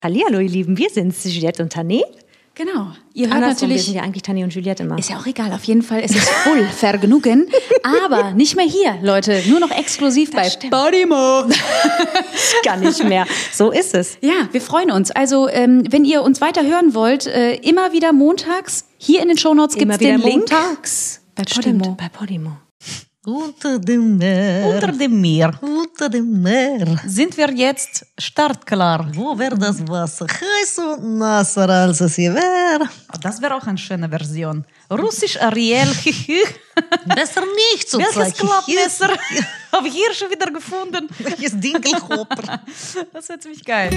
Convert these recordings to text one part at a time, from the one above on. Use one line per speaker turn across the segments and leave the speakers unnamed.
Hallihallo, ihr Lieben, wir sind's, Juliette und Tané.
Genau. Ihr hört natürlich.
Wir sind ja eigentlich Tané und Juliette immer.
Ist ja auch egal, auf jeden Fall ist es voll Vergnügen. Aber nicht mehr hier, Leute, nur noch exklusiv bei Podimo.
Gar nicht mehr. So ist es.
Ja, wir freuen uns. Also, wenn ihr uns weiter hören wollt, immer wieder montags, hier in den Shownotes gibt es den Link.
Montags.
Bei Podimo.
Bei Podimo.
Unter dem Meer.
Unter dem Meer.
Unter dem Meer.
Sind wir jetzt startklar?
Wo wäre das Wasser heiß und nasser, als es hier wäre?
Das wäre auch eine schöne Version. Russisch Ariel.
Besser nicht zu
Welches Klappmesser habe ich hier schon wieder gefunden?
Welches Dinkelhopper.
Das wäre ziemlich geil.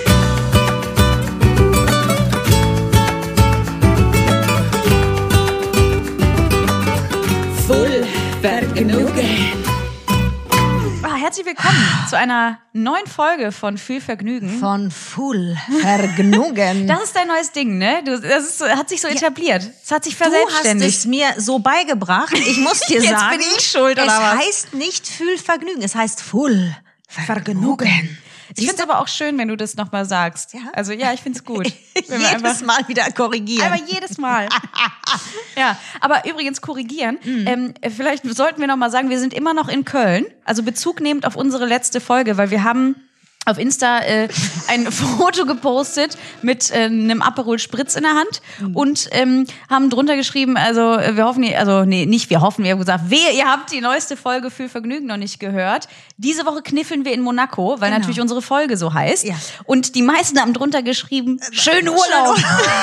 Voll Vergnügen.
Herzlich willkommen zu einer neuen Folge von Viel Vergnügen.
Von Full Vergnügen.
Das ist dein neues Ding, ne? Hat sich so etabliert. Es hat sich verselbstständigt.
Du hast es mir so beigebracht. Ich muss dir
Jetzt
sagen,
bin ich schuld, oder
es
was?
heißt nicht Fühl Vergnügen, es heißt Full Vergnügen.
Ich finde es aber auch schön, wenn du das nochmal sagst.
Ja?
Also ja, ich finde es gut. Wenn wir
Jedes Mal wieder korrigieren.
Aber jedes Mal. Ja, aber übrigens korrigieren. Vielleicht sollten wir nochmal sagen, wir sind immer noch in Köln. Also Bezug nehmend auf unsere letzte Folge, weil wir haben auf Insta ein Foto gepostet mit einem Aperol Spritz in der Hand und haben drunter geschrieben, also wir hoffen, wir haben gesagt, wehe, ihr habt die neueste Folge Viel Vergnügen noch nicht gehört. Diese Woche kniffeln wir in Monaco, weil natürlich unsere Folge so heißt. Ja. Und die meisten haben drunter geschrieben, schönen Urlaub.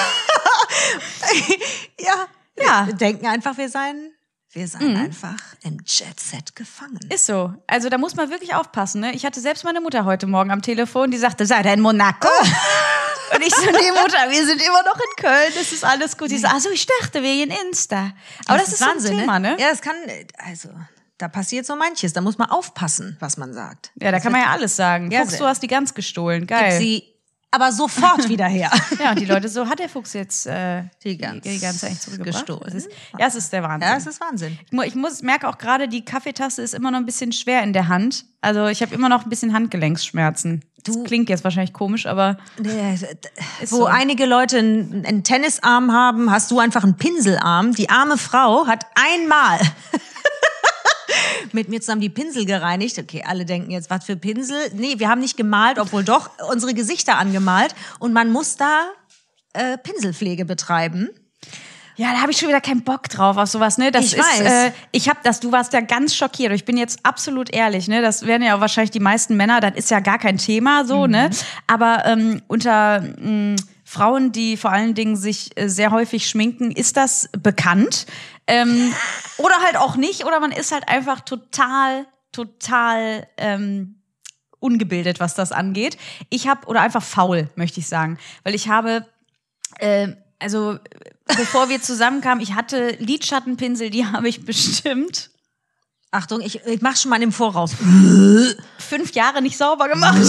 Ja. Wir denken einfach, wir seien einfach im Jet-Set gefangen.
Ist so. Also da muss man wirklich aufpassen. Ne? Ich hatte selbst meine Mutter heute Morgen am Telefon, die sagte, seid ihr in Monaco? Und ich so, nee Mutter, wir sind immer noch in Köln, das ist alles gut. Die so, also ich dachte, wir in Insta. Aber das ist Wahnsinn, so ein Thema, ne?
Ja, das kann, also da passiert so manches. Da muss man aufpassen, was man sagt.
Ja, da kann man ja alles sagen.
Ja,
Fuchs, du hast die Gans gestohlen. Geil.
Gib sie aber sofort wieder her.
Ja, und die Leute so, hat der Fuchs jetzt
die Gans
eigentlich zurückgebracht?
gestohlen.
Es ist der Wahnsinn.
Ja, es ist Wahnsinn.
Ich merke auch gerade, die Kaffeetasse ist immer noch ein bisschen schwer in der Hand. Also ich habe immer noch ein bisschen Handgelenksschmerzen. Das klingt jetzt wahrscheinlich komisch, aber
wo einige Leute einen Tennisarm haben, hast du einfach einen Pinselarm. Die arme Frau hat einmal mit mir zusammen die Pinsel gereinigt. Okay, alle denken jetzt, was für Pinsel? Nee, wir haben nicht gemalt, obwohl doch unsere Gesichter angemalt. Und man muss da Pinselpflege betreiben.
Ja, da habe ich schon wieder keinen Bock drauf auf sowas, ne?
Ich weiß.
Du warst ja ganz schockiert. Ich bin jetzt absolut ehrlich, ne? Das werden ja auch wahrscheinlich die meisten Männer, das ist ja gar kein Thema so, ne? Aber unter Frauen, die vor allen Dingen sich sehr häufig schminken, ist das bekannt. Oder halt auch nicht, oder man ist halt einfach total ungebildet, was das angeht. Oder einfach faul, möchte ich sagen. Weil ich habe, bevor wir zusammenkamen, ich hatte Lidschattenpinsel, die habe ich bestimmt.
Achtung, ich mach's schon mal im Voraus.
5 Jahre nicht sauber gemacht.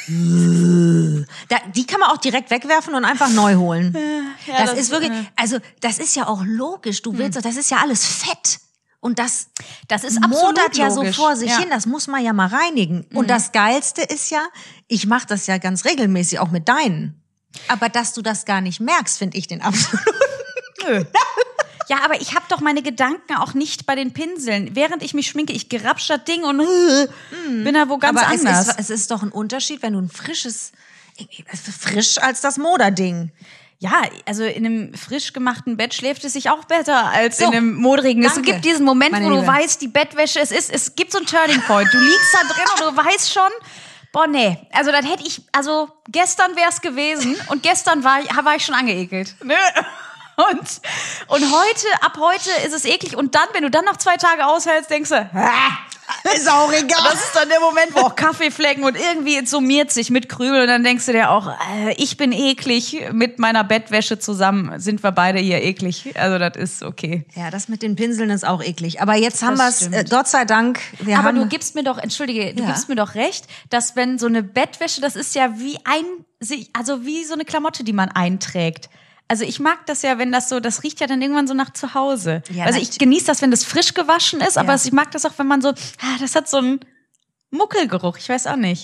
Die kann man auch direkt wegwerfen und einfach neu holen.
Ja,
das ist wirklich, also das ist ja auch logisch. Du willst, das ist ja alles Fett. Und das
ist absolut
modert ja so
logisch.
vor sich hin, das muss man ja mal reinigen. Und das Geilste ist ja, ich mache das ja ganz regelmäßig, auch mit deinen. Aber dass du das gar nicht merkst, finde ich den absolut.
Nö. Ja, aber ich habe doch meine Gedanken auch nicht bei den Pinseln. Während ich mich schminke, ich gerapsch das Ding und bin da wo ganz
aber
anders.
Es ist doch ein Unterschied, wenn du frisch als das Moderding.
Ja, also in einem frisch gemachten Bett schläft es sich auch besser als in einem modrigen.
Danke,
es gibt diesen Moment, wo du weißt, die Bettwäsche, es gibt so einen Turning Point. Du liegst da drin und du weißt schon, boah, nee. Also das hätte ich, gestern wäre es gewesen und gestern war ich schon angeekelt. Ne? Und ab heute ist es eklig. Und dann, wenn du dann noch 2 Tage aushältst, denkst du,
ist auch egal.
Das ist dann der Moment, wo auch Kaffeeflecken und irgendwie es summiert sich mit Krümel. Und dann denkst du dir auch, ich bin eklig. Mit meiner Bettwäsche zusammen sind wir beide hier eklig. Also das ist okay.
Ja, das mit den Pinseln ist auch eklig. Aber jetzt haben wir es, Gott sei Dank.
Du gibst mir doch, gibst mir doch recht, dass wenn so eine Bettwäsche, das ist ja wie so eine Klamotte, die man einträgt. Also ich mag das ja, wenn das riecht ja dann irgendwann so nach zu Hause. Ja, also ich genieße das, wenn das frisch gewaschen ist, aber ich mag das auch, wenn man so, das hat so einen Muckelgeruch, ich weiß auch nicht.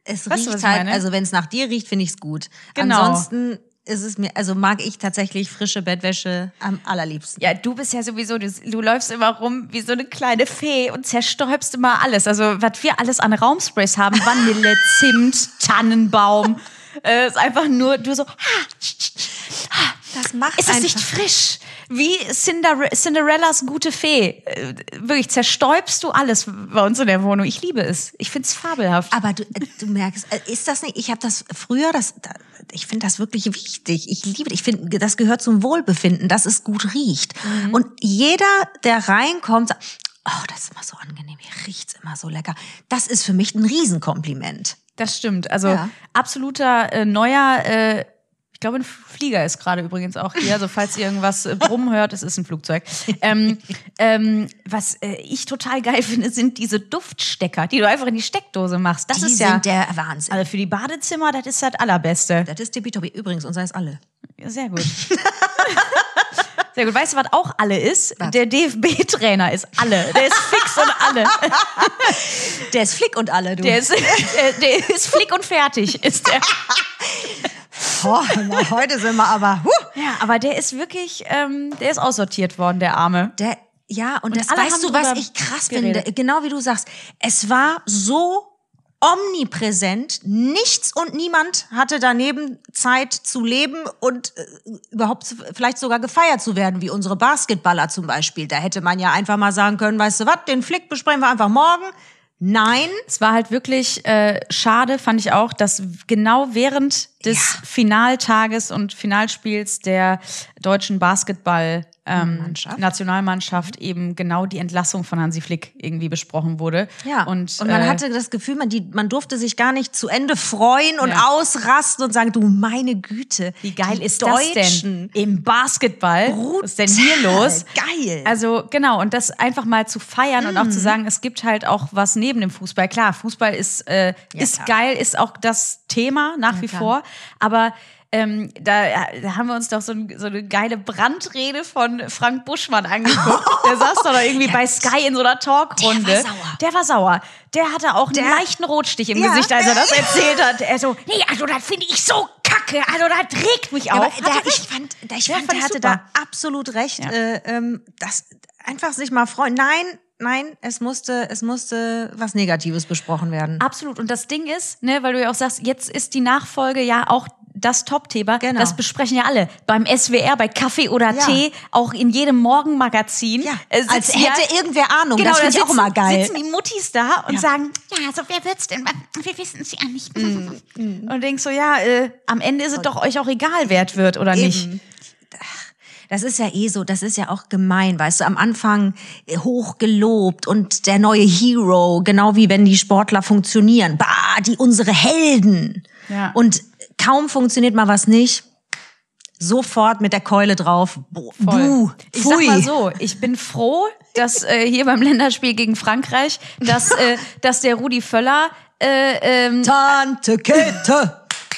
Es
Weißt du, was
riecht
ich
halt,
meine?
also wenn es nach dir riecht, finde ich es gut.
Genau.
Ansonsten ist es mir, also mag ich tatsächlich frische Bettwäsche am allerliebsten.
Ja, du bist ja sowieso, du läufst immer rum wie so eine kleine Fee und zerstäubst immer alles. Also, was wir alles an Raumsprays haben, Vanille, Zimt, Tannenbaum, ist einfach nur, du so,
Das macht
ist das nicht
einfach-
frisch? Wie Cinderellas gute Fee. Wirklich, zerstäubst du alles bei uns in der Wohnung. Ich liebe es. Ich find's fabelhaft.
Aber du merkst, ist das nicht, ich habe das früher, ich finde das wirklich wichtig. Ich liebe, ich finde, das gehört zum Wohlbefinden, dass es gut riecht. Und jeder, der reinkommt, sagt, oh, das ist immer so angenehm, hier riecht's immer so lecker. Das ist für mich ein Riesenkompliment.
Das stimmt. Also
Ja.
absoluter neuer, ich glaube, ein Flieger ist gerade übrigens auch hier. Also falls ihr irgendwas brummen hört, es ist ein Flugzeug. Was ich total geil finde, sind diese Duftstecker, die du einfach in die Steckdose machst. Das
Die
ist ja
sind der Wahnsinn.
also für die Badezimmer, das ist das Allerbeste.
Das ist tippitoppi. Übrigens, unser ist alle.
Ja, sehr gut. Sehr gut. Weißt du, was auch alle ist? Der DFB-Trainer ist alle. Der ist fix und alle.
Der ist Flick und alle, du.
Der ist flick und fertig, ist der.
Oh, na, heute sind wir aber.
Ja, aber der ist wirklich, der ist aussortiert worden, der Arme.
Ja, und das
alle
weißt
haben
du, was
drüber
ich krass
geredet.
finde? Genau wie du sagst. Es war so omnipräsent. Nichts und niemand hatte daneben Zeit zu leben und überhaupt vielleicht sogar gefeiert zu werden, wie unsere Basketballer zum Beispiel. Da hätte man ja einfach mal sagen können, weißt du was, den Flick besprechen wir einfach morgen. Nein.
Es war halt wirklich schade, fand ich auch, dass genau während des Finaltages und Finalspiels der deutschen Basketball Nationalmannschaft eben genau die Entlassung von Hansi Flick irgendwie besprochen wurde.
Ja, und man hatte das Gefühl, man durfte sich gar nicht zu Ende freuen und ausrasten und sagen, du meine Güte.
wie geil
die
ist das
Deutschen.
denn im Basketball? Was ist denn hier los?
Geil.
Also genau, und das einfach mal zu feiern und auch zu sagen, es gibt halt auch was neben dem Fußball. Klar, Fußball ist
klar.
geil, ist auch das Thema nach wie
klar.
vor, aber da haben wir uns doch so eine geile Brandrede von Frank Buschmann angeguckt. Der saß doch irgendwie bei Sky in so einer Talkrunde. Der war sauer. Der hatte auch einen leichten Rotstich im Gesicht, als er das erzählt hat. Er so, nee, also das finde ich so kacke. Also das regt mich
Aber
auf.
ich fand, der
ich
hatte
super.
da absolut recht.
Ja.
Das einfach sich mal freuen. Nein, es musste was Negatives besprochen werden.
Absolut. Und das Ding ist, ne, weil du ja auch sagst, jetzt ist die Nachfolge ja auch das Top-Thema.
Genau.
Das besprechen ja alle. Beim SWR, bei Kaffee oder Tee, auch in jedem Morgenmagazin.
Ja,
sitzen
als hätte irgendwer Ahnung. Das finde ich auch immer geil.
Sitzen die Muttis da und sagen, ja, also wer wird's denn? Wir wissen es ja nicht. Und denkst so, ja, am Ende ist es doch euch auch egal, wer es wird oder nicht.
Das ist ja so, das ist ja auch gemein, weißt du, am Anfang hoch gelobt und der neue Hero, genau wie wenn die Sportler funktionieren, unsere Helden.
Ja.
Und kaum funktioniert mal was nicht, sofort mit der Keule drauf. Buh,
Ich sag mal so, ich bin froh, dass hier beim Länderspiel gegen Frankreich, dass der Rudi Völler
Tante Käthe.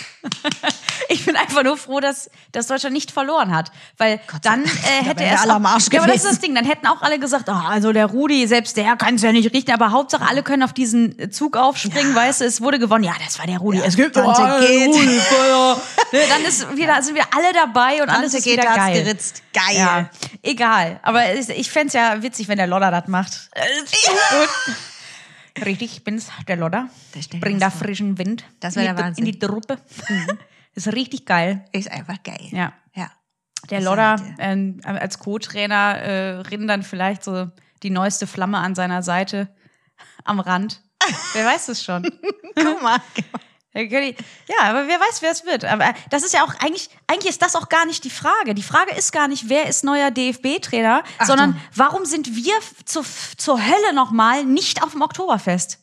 ich bin einfach nur froh, dass Deutschland nicht verloren hat. Weil dann hätte
wären
er
wir alle am Arsch
Ja, aber das ist
gewesen.
das Ding. Dann hätten auch alle gesagt, also der Rudi, selbst der kann es ja nicht riechen. Aber Hauptsache, alle können auf diesen Zug aufspringen, weißt du, es wurde gewonnen. Ja, das war der Rudi. Es gibt
Tante Käthe.
Rudi Völler. Ne, dann sind wir alle dabei und alles
Tante
ist wieder
Käthe hat's
geil.
geritzt. Geil.
Ja, egal. Aber ich fänd's ja witzig, wenn der Lodder das macht. Gut. Richtig, ich bin's, der Lodder.
stell dir
Bring
das
da
vor.
frischen Wind
Das wär der
in die
Wahnsinn.
Truppe. Ist richtig geil.
Ist einfach geil.
Ja.
Ja.
Der
Ich
Lodder
sag
als Co-Trainer rinnen dann vielleicht so die neueste Flamme an seiner Seite am Rand. Wer weiß es schon.
Guck mal.
Ja, aber wer weiß, wer es wird. Aber das ist ja auch eigentlich ist das auch gar nicht die Frage. Die Frage ist gar nicht, wer ist neuer DFB-Trainer, sondern warum sind wir zur Hölle nochmal nicht auf dem Oktoberfest?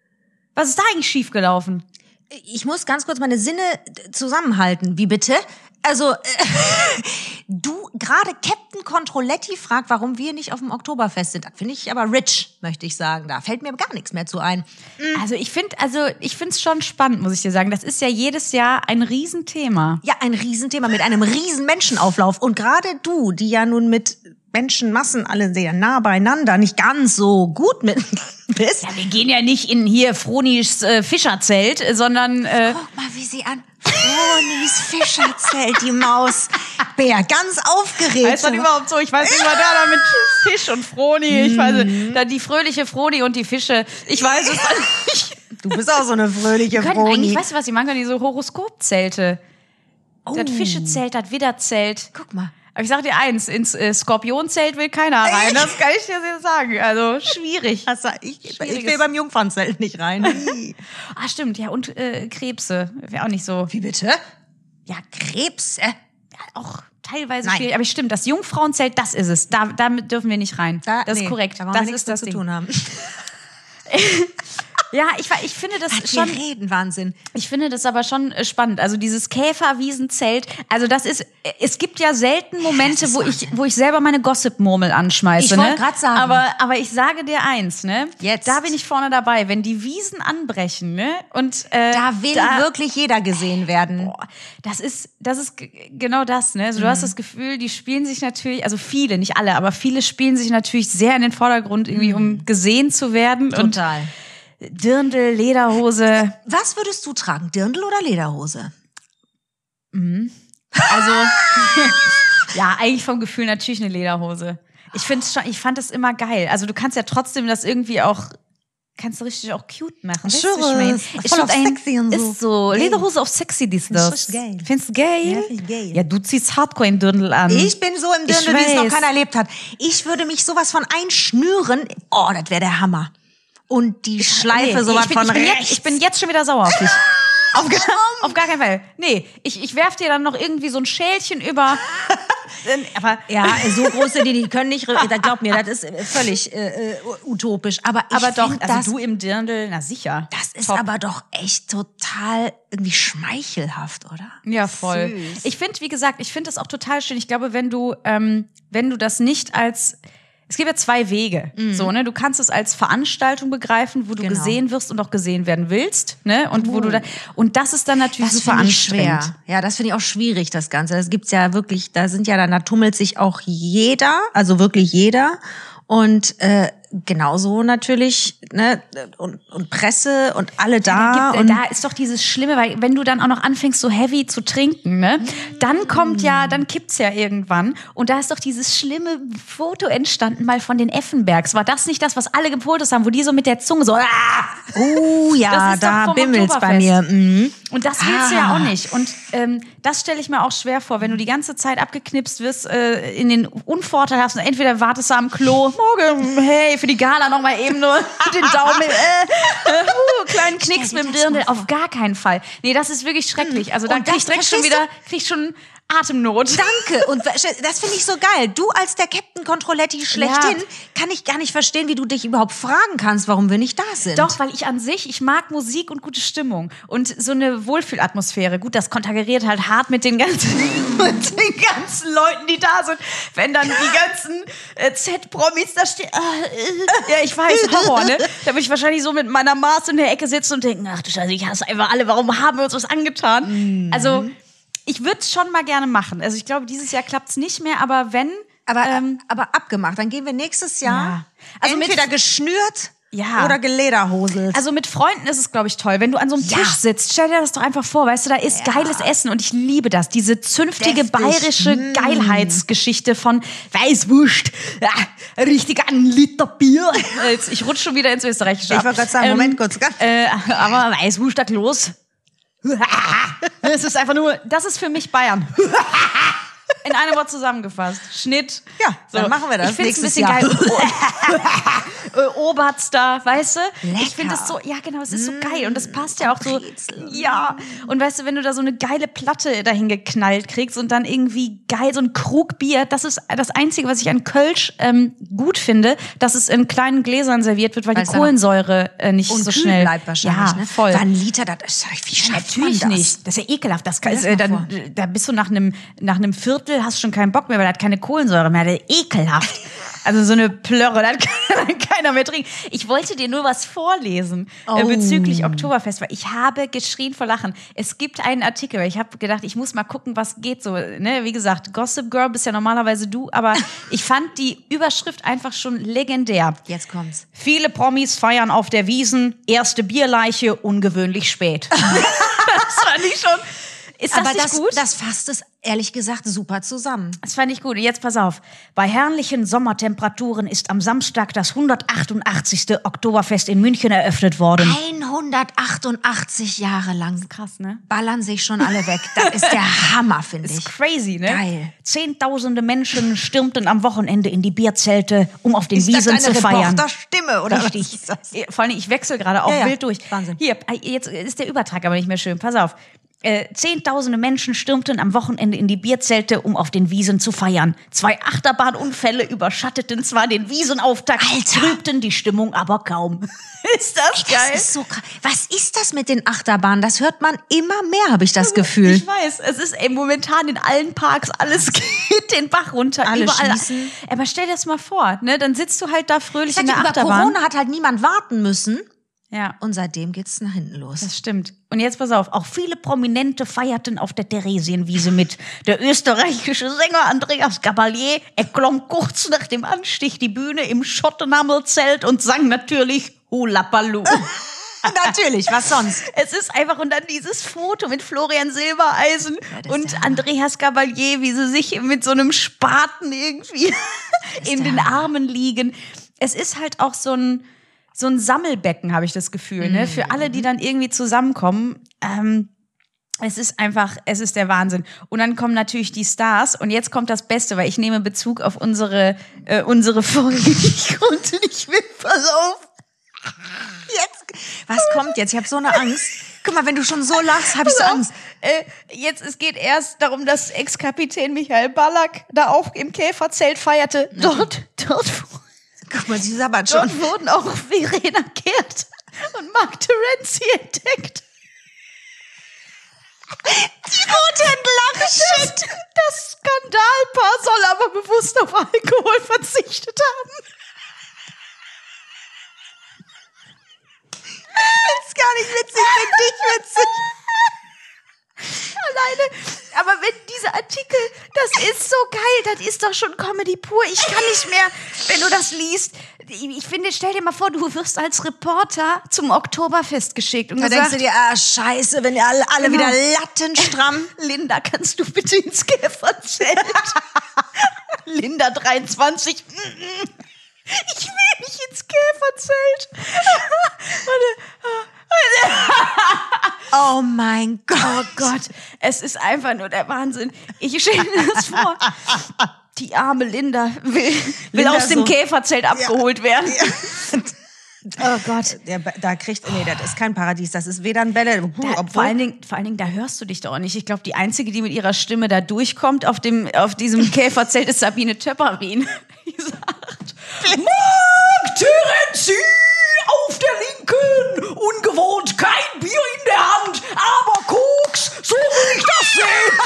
Was ist da eigentlich schiefgelaufen?
Ich muss ganz kurz meine Sinne zusammenhalten. Wie bitte? Also, du, gerade Captain Controletti fragt, warum wir nicht auf dem Oktoberfest sind. Das finde ich aber rich, möchte ich sagen. Da fällt mir gar nichts mehr zu ein.
Also ich finde es schon spannend, muss ich dir sagen. Das ist ja jedes Jahr ein Riesenthema.
Ja, ein Riesenthema mit einem riesen Menschenauflauf. Und gerade du, die ja nun mit Menschenmassen alle sehr nah beieinander, nicht ganz so gut mit bist.
Ja, wir gehen ja nicht in hier Fronis Fischerzelt, sondern
Guck mal, wie sie an Fronis Fischerzelt, die Maus. Bär, ganz aufgeregt.
heißt das überhaupt so? Ich weiß nicht, was da mit Fisch und Froni, ich weiß da die fröhliche Froni und die Fische. Ich weiß es nicht.
Du bist auch so eine fröhliche
Können
Froni.
eigentlich, weißt du was, die machen diese Horoskopzelte. Das Fischezelt, das Widderzelt.
Guck mal.
Aber ich sag dir eins, ins Skorpionzelt will keiner rein, das kann ich dir sehr sagen. Also schwierig.
Ich will beim Jungfernzelt nicht rein.
Ah, stimmt, ja, und Krebse. Wäre auch nicht so.
Wie bitte? Ja, Krebse.
Ja, auch teilweise
Nein.
schwierig. Aber stimmt, das Jungfrauenzelt, das ist es. Damit dürfen wir nicht rein. Das ist korrekt.
Da wollen
Das
wir nichts
ist das
zu
Ding.
tun haben.
Ja, ich finde das schon.
Wir reden, Wahnsinn.
Ich finde das aber schon spannend. Also dieses Käferwiesenzelt, also das ist, es gibt ja selten Momente, wo ich selber meine Gossip-Murmel anschmeiße.
Ich wollte
ne?
grad sagen.
Aber ich sage dir eins, ne?
Jetzt.
Da bin ich vorne dabei, wenn die Wiesen anbrechen, ne? Und
Da will wirklich jeder gesehen werden.
boah, das ist genau das, ne? Also du hast das Gefühl, die spielen sich natürlich, also viele, nicht alle, aber viele spielen sich natürlich sehr in den Vordergrund, irgendwie um gesehen zu werden.
Total.
Und Dirndl, Lederhose.
Was würdest du tragen? Dirndl oder Lederhose?
Also, ja, eigentlich vom Gefühl natürlich eine Lederhose. Ich fand das immer geil. Also du kannst ja trotzdem das irgendwie auch, kannst du richtig auch cute machen. Weißt du, was ich meine? Ich
voll auf
find
sexy und so.
Ist so,
Geil.
Lederhose auf sexy ist das.
richtig geil.
Findest du geil?
Ja, find ich geil.
Ja, du ziehst Hardcore in Dirndl an.
Ich bin so im Dirndl, wie es noch
weiß.
keiner erlebt hat. Ich würde mich sowas von einschnüren. Oh, das wäre der Hammer. Und die Schleife sowas von rechts.
Ich bin jetzt schon wieder sauer auf dich. Auf gar keinen Fall. Nee, ich werf dir dann noch irgendwie so ein Schälchen über. Aber
Ja, so groß sind die können nicht, glaub mir, das ist völlig utopisch. Aber
doch,
find
also du im Dirndl, na sicher.
das ist
Top.
aber doch echt total irgendwie schmeichelhaft, oder?
Ja, voll.
Süß.
Ich finde, wie gesagt, ich finde das auch total schön. Ich glaube, wenn du das nicht als, es gibt ja zwei Wege, so, ne? Du kannst es als Veranstaltung begreifen, wo du
Genau.
gesehen wirst und auch gesehen werden willst, ne? Und wo du da, und das ist dann natürlich
Das
super
finde ich
anstrengend.
schwer. Ja, das finde ich auch schwierig, das Ganze. Das gibt's ja wirklich, da tummelt sich auch jeder, also wirklich jeder. Und genauso natürlich, ne, und Presse und alle da.
Da ist doch dieses Schlimme, weil wenn du dann auch noch anfängst, so heavy zu trinken, ne, dann kippt's ja irgendwann. Und da ist doch dieses schlimme Foto entstanden mal von den Effenbergs. War das nicht das, was alle gepostet haben, wo die so mit der Zunge so,
Oh ja,
Das ist doch
da
vom
bimmelt's bei
Oktoberfest.
mir. Mhm.
Und das willst du ja auch nicht. Und das stelle ich mir auch schwer vor, wenn du die ganze Zeit abgeknipst wirst, in den unvorteilhaften, entweder wartest du am Klo, morgen, hey, für die Gala noch mal eben nur den Daumen, kleinen Knicks mit dem Dirndl. Auf gar keinen Fall. Nee, das ist wirklich schrecklich. Also da
Und
krieg ich
das,
direkt schon
verstehst
wieder, krieg ich schon Atemnot.
Danke. Und das finde ich so geil. Du als der Captain Controletti schlechthin, kann ich gar nicht verstehen, wie du dich überhaupt fragen kannst, warum wir nicht da sind.
Doch, weil ich mag Musik und gute Stimmung und so eine Wohlfühlatmosphäre. Gut, das konterkariert halt hart mit den ganzen Leuten, die da sind. Wenn dann die ganzen Z-Promis da stehen. Ja, ich weiß, Horror, ne? Da würde ich wahrscheinlich so mit meiner Maß in der Ecke sitzen und denken, ach du Scheiße, ich hasse einfach alle, warum haben wir uns was angetan? Also, ich würde es schon mal gerne machen. Also ich glaube, dieses Jahr klappt's nicht mehr, aber wenn...
Aber abgemacht. Dann gehen wir nächstes Jahr
Ja. Also
entweder
mit-
geschnürt
Ja.
oder gelederhoselt.
Also mit Freunden ist es, glaube ich, toll. Wenn du an so einem
Ja.
Tisch sitzt, stell dir das doch einfach vor, weißt du, da ist geiles Essen und ich liebe das. Diese zünftige
Deftig.
bayerische Geilheitsgeschichte von Weißwurst, richtig ein Liter Bier. Ich rutsche schon wieder ins Österreichische.
Ich wollte gerade sagen, Moment kurz.
Aber Weißwurst, da los. Das ist einfach nur, das ist für mich Bayern. In einem Wort zusammengefasst. Schnitt.
Ja, dann machen wir das
Ich finde es ein
nächstes
bisschen
Jahr.
geil. Oberster, weißt du?
Lecker.
Ich finde es so, ja genau, es ist so geil. Und das passt ja auch so.
Brezel.
Ja. Und weißt du, wenn du da so eine geile Platte dahin geknallt kriegst und dann irgendwie geil so ein Krug Bier, das ist das Einzige, was ich an Kölsch gut finde, dass es in kleinen Gläsern serviert wird, weil
Weil's
die Kohlensäure nicht
Und
so
kühl
schnell
bleibt wahrscheinlich,
ja,
ne?
voll.
Weil ein Liter, das ist, wie schafft man
Natürlich
das?
nicht. Das ist ja ekelhaft. Das kann,
Stell dir das mal
da bist du nach einem Viertel, hast schon keinen Bock mehr, weil da hat keine Kohlensäure mehr. Das ist ekelhaft. Also so eine Plörre, da kann keiner mehr trinken. Ich wollte dir nur was vorlesen bezüglich Oktoberfest, weil ich habe geschrien vor Lachen. Es gibt einen Artikel, ich habe gedacht, ich muss mal gucken, was geht so. Ne? Wie gesagt, Gossip Girl bist ja normalerweise du, aber ich fand die Überschrift einfach schon legendär.
Jetzt kommt's.
Viele Promis feiern auf der Wiesn, erste Bierleiche, ungewöhnlich spät. Das fand ich schon. Ist das
Aber
nicht gut?
das fasst es ehrlich gesagt super zusammen.
Das fand ich gut. Und jetzt pass auf. Bei herrlichen Sommertemperaturen ist am Samstag das 188. Oktoberfest in München eröffnet worden.
188 Jahre lang
Krass, ne?
ballern sich schon alle weg. Das ist der Hammer, finde ich.
Ist crazy, ne?
Geil.
Zehntausende Menschen stürmten am Wochenende in die Bierzelte, um auf den
Ist das
Wiesn
eine
zu feiern.
Reporterstimme oder
Richtig.
was ist das?
Vor allem, ich wechsle gerade auch
Ja, ja.
wild durch.
Wahnsinn.
Hier, jetzt ist der Übertrag aber nicht mehr schön. Pass auf. Zehntausende Menschen stürmten am Wochenende in die Bierzelte, um auf den Wiesn zu feiern. 2 Achterbahnunfälle überschatteten zwar den Wiesenauftakt, trübten die Stimmung aber kaum. Ist das geil?
Das ist so krass. Was ist das mit den Achterbahnen? Das hört man immer mehr, habe ich das Gefühl.
Ich weiß, es ist momentan in allen Parks, alles geht den Bach runter.
Alle
überall.
schließen.
Aber stell dir das mal vor, ne? Dann sitzt du halt da fröhlich
Ich sag
in
dir,
der
über
Achterbahn.
Corona hat halt niemand warten müssen.
Ja.
Und seitdem geht's nach hinten los.
Das stimmt. Und jetzt pass auf, auch viele Prominente feierten auf der Theresienwiese mit. Der österreichische Sänger Andreas Gabalier erklomm kurz nach dem Anstich die Bühne im Schottenhammelzelt und sang natürlich Hula Baloo.
Natürlich, was sonst?
Es ist einfach, und dann dieses Foto mit Florian Silbereisen
das ist
und
der Hammer.
Andreas Gabalier, wie sie sich mit so einem Spaten irgendwie in den Armen liegen. Es ist halt auch so ein Sammelbecken, habe ich das Gefühl, ne? Für alle, die dann irgendwie zusammenkommen. Es ist der Wahnsinn. Und dann kommen natürlich die Stars. Und jetzt kommt das Beste, weil ich nehme Bezug auf unsere Folge. Ich konnte nicht mehr, pass auf.
Jetzt, was kommt jetzt? Ich habe so eine Angst. Guck mal, wenn du schon so lachst, habe ich so Angst.
Es geht erst darum, dass Ex-Kapitän Michael Ballack da auch im Käferzelt feierte. Dort
Guck mal, sie sabbert schon.
Dort wurden auch Verena Kehrt und Mark Terenzi entdeckt.
Die Rothändler, shit.
Das Skandalpaar soll aber bewusst auf Alkohol verzichtet haben.
Ist gar nicht witzig, finde dich witzig.
Alleine, aber wenn dieser Artikel, das ist so geil, das ist doch schon Comedy pur. Ich kann nicht mehr, wenn du das liest. Ich finde, stell dir mal vor, du wirst als Reporter zum Oktoberfest geschickt und
Da
gesagt,
denkst du dir, scheiße, wenn ihr alle
Genau.
wieder lattenstramm.
Linda, kannst du bitte ins Käferzelt? Linda 23. Ich will nicht ins Käferzelt.
Oh mein Gott.
Oh Gott, es ist einfach nur der Wahnsinn. Ich stelle mir das vor. Die arme Linda will
Linda
aus dem
so-
Käferzelt abgeholt werden. Oh Gott.
Da kriegt, nee, das ist kein Paradies, das ist weder ein Bälle,
Vor allen Dingen, da hörst du dich doch auch nicht. Ich glaube, die Einzige, die mit ihrer Stimme da durchkommt auf diesem Käferzelt, ist Sabine Töpperin. Die sagt, Mark Terenzi auf der Linken, ungewohnt, kein Bier in der Hand, aber Koks, so will ich das sehen.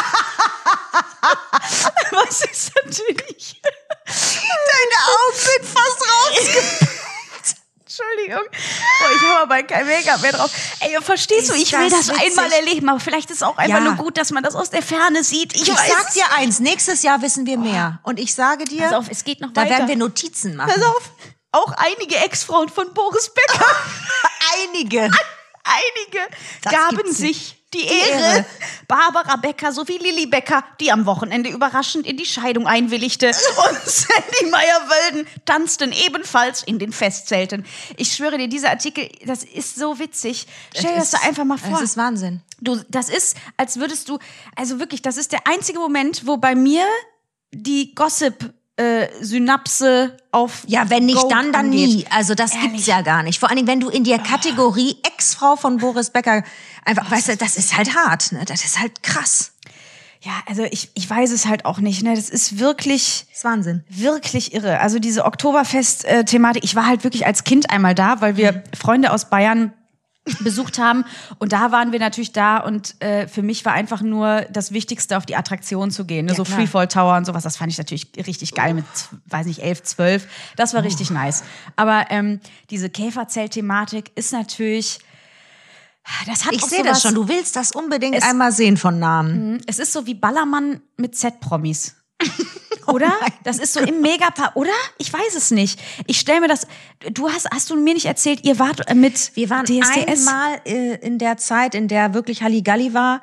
Was ist natürlich...
Deine Augen sind fast rausgepumpt.
Entschuldigung. Boah, ich habe aber kein Make-up mehr drauf. Ey, verstehst du,
Ist
ich will
das
das
witzig?
einmal erleben, aber vielleicht ist es auch einfach
Ja.
nur gut, dass man das aus der Ferne sieht. Ich
Ich
weiß
sag
es.
dir eins, nächstes Jahr wissen wir mehr. Und ich sage dir,
Pass auf, es geht noch
da
weiter.
werden wir Notizen machen.
Pass auf, auch einige Ex-Frauen von Boris Becker,
Einige. Das
gaben
gibt's
sich die Ehre. Barbara Becker sowie Lilly Becker, die am Wochenende überraschend in die Scheidung einwilligte. Und Sandy Meyer-Wölden tanzten ebenfalls in den Festzelten. Ich schwöre dir, dieser Artikel, das ist so witzig. Stell dir das da einfach mal vor.
Das ist Wahnsinn.
Das ist, als würdest du, also wirklich, das ist der einzige Moment, wo bei mir die Gossip-Synapse auf
Ja, wenn nicht
Go
dann
angeht.
nie. Also das gibt's ja gar nicht. Vor allen Dingen, wenn du in der Kategorie Ex-Frau von Boris Becker einfach, weißt du, das ist halt hart, ne? Das ist halt krass.
Ja, also ich weiß es halt auch nicht, ne? Das ist wirklich...
Das ist Wahnsinn.
Wirklich irre. Also diese Oktoberfest-Thematik. Ich war halt wirklich als Kind einmal da, weil wir Freunde aus Bayern besucht haben. Und da waren wir natürlich da. Und für mich war einfach nur das Wichtigste, auf die Attraktion zu gehen. Ne?
Ja,
so
klar.
Freefall Tower und sowas. Das fand ich natürlich richtig geil mit, weiß nicht, 11, 12. Das war richtig nice. Aber diese Käferzelt-Thematik ist natürlich... Das hat
Ich
auch
sehe
sowas,
das schon. Du willst das unbedingt einmal sehen von Namen.
Es ist so wie Ballermann mit Z-Promis. Oder? Das ist so im Megapark, oder? Ich weiß es nicht. Ich stelle mir das. Hast du mir nicht erzählt, ihr wart mit
Wir waren
DSDS?
einmal in der Zeit, in der wirklich Halligalli war.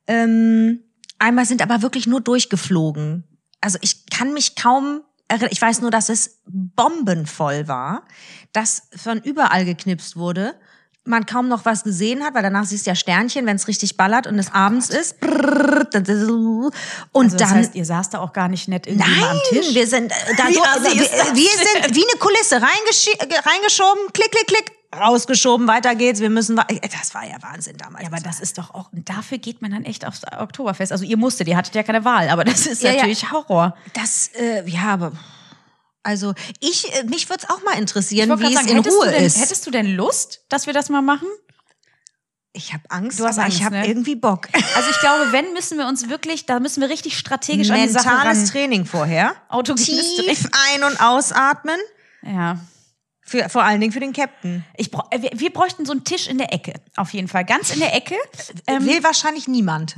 Einmal sind aber wirklich nur durchgeflogen. Also ich kann mich kaum erinnern. Ich weiß nur, dass es bombenvoll war, dass von überall geknipst wurde. Man kaum noch was gesehen hat, weil danach siehst du ja Sternchen, wenn es richtig ballert und es abends ist. Und
Also das
dann
heißt, ihr saßt da auch gar nicht nett irgendwie mal am Tisch?
wir sind da
Wie
so,
assi ist das
wir sind wie eine Kulisse reingeschoben, klick, klick, klick, rausgeschoben, weiter geht's. Wir müssen, das war ja Wahnsinn damals.
Ja, aber das ist doch auch, und dafür geht man dann echt aufs Oktoberfest. Also ihr hattet ja keine Wahl, aber das ist
Ja,
natürlich Horror.
Das, ja, aber also mich würde es auch mal interessieren,
Ich wollte
wie
gerade
es
sagen,
in Ruhe ist.
hättest du denn Lust, dass wir das mal machen?
Ich habe Angst,
Du hast
aber
Angst,
ich habe
ne?
irgendwie Bock.
Also ich glaube, müssen wir richtig strategisch an die Sache
Mentales
ran.
Training vorher.
Autogenes
Tief ein- und ausatmen.
Ja.
Vor allen Dingen für den Captain.
Wir bräuchten so einen Tisch in der Ecke, auf jeden Fall. Ganz in der Ecke.
Will wahrscheinlich niemand.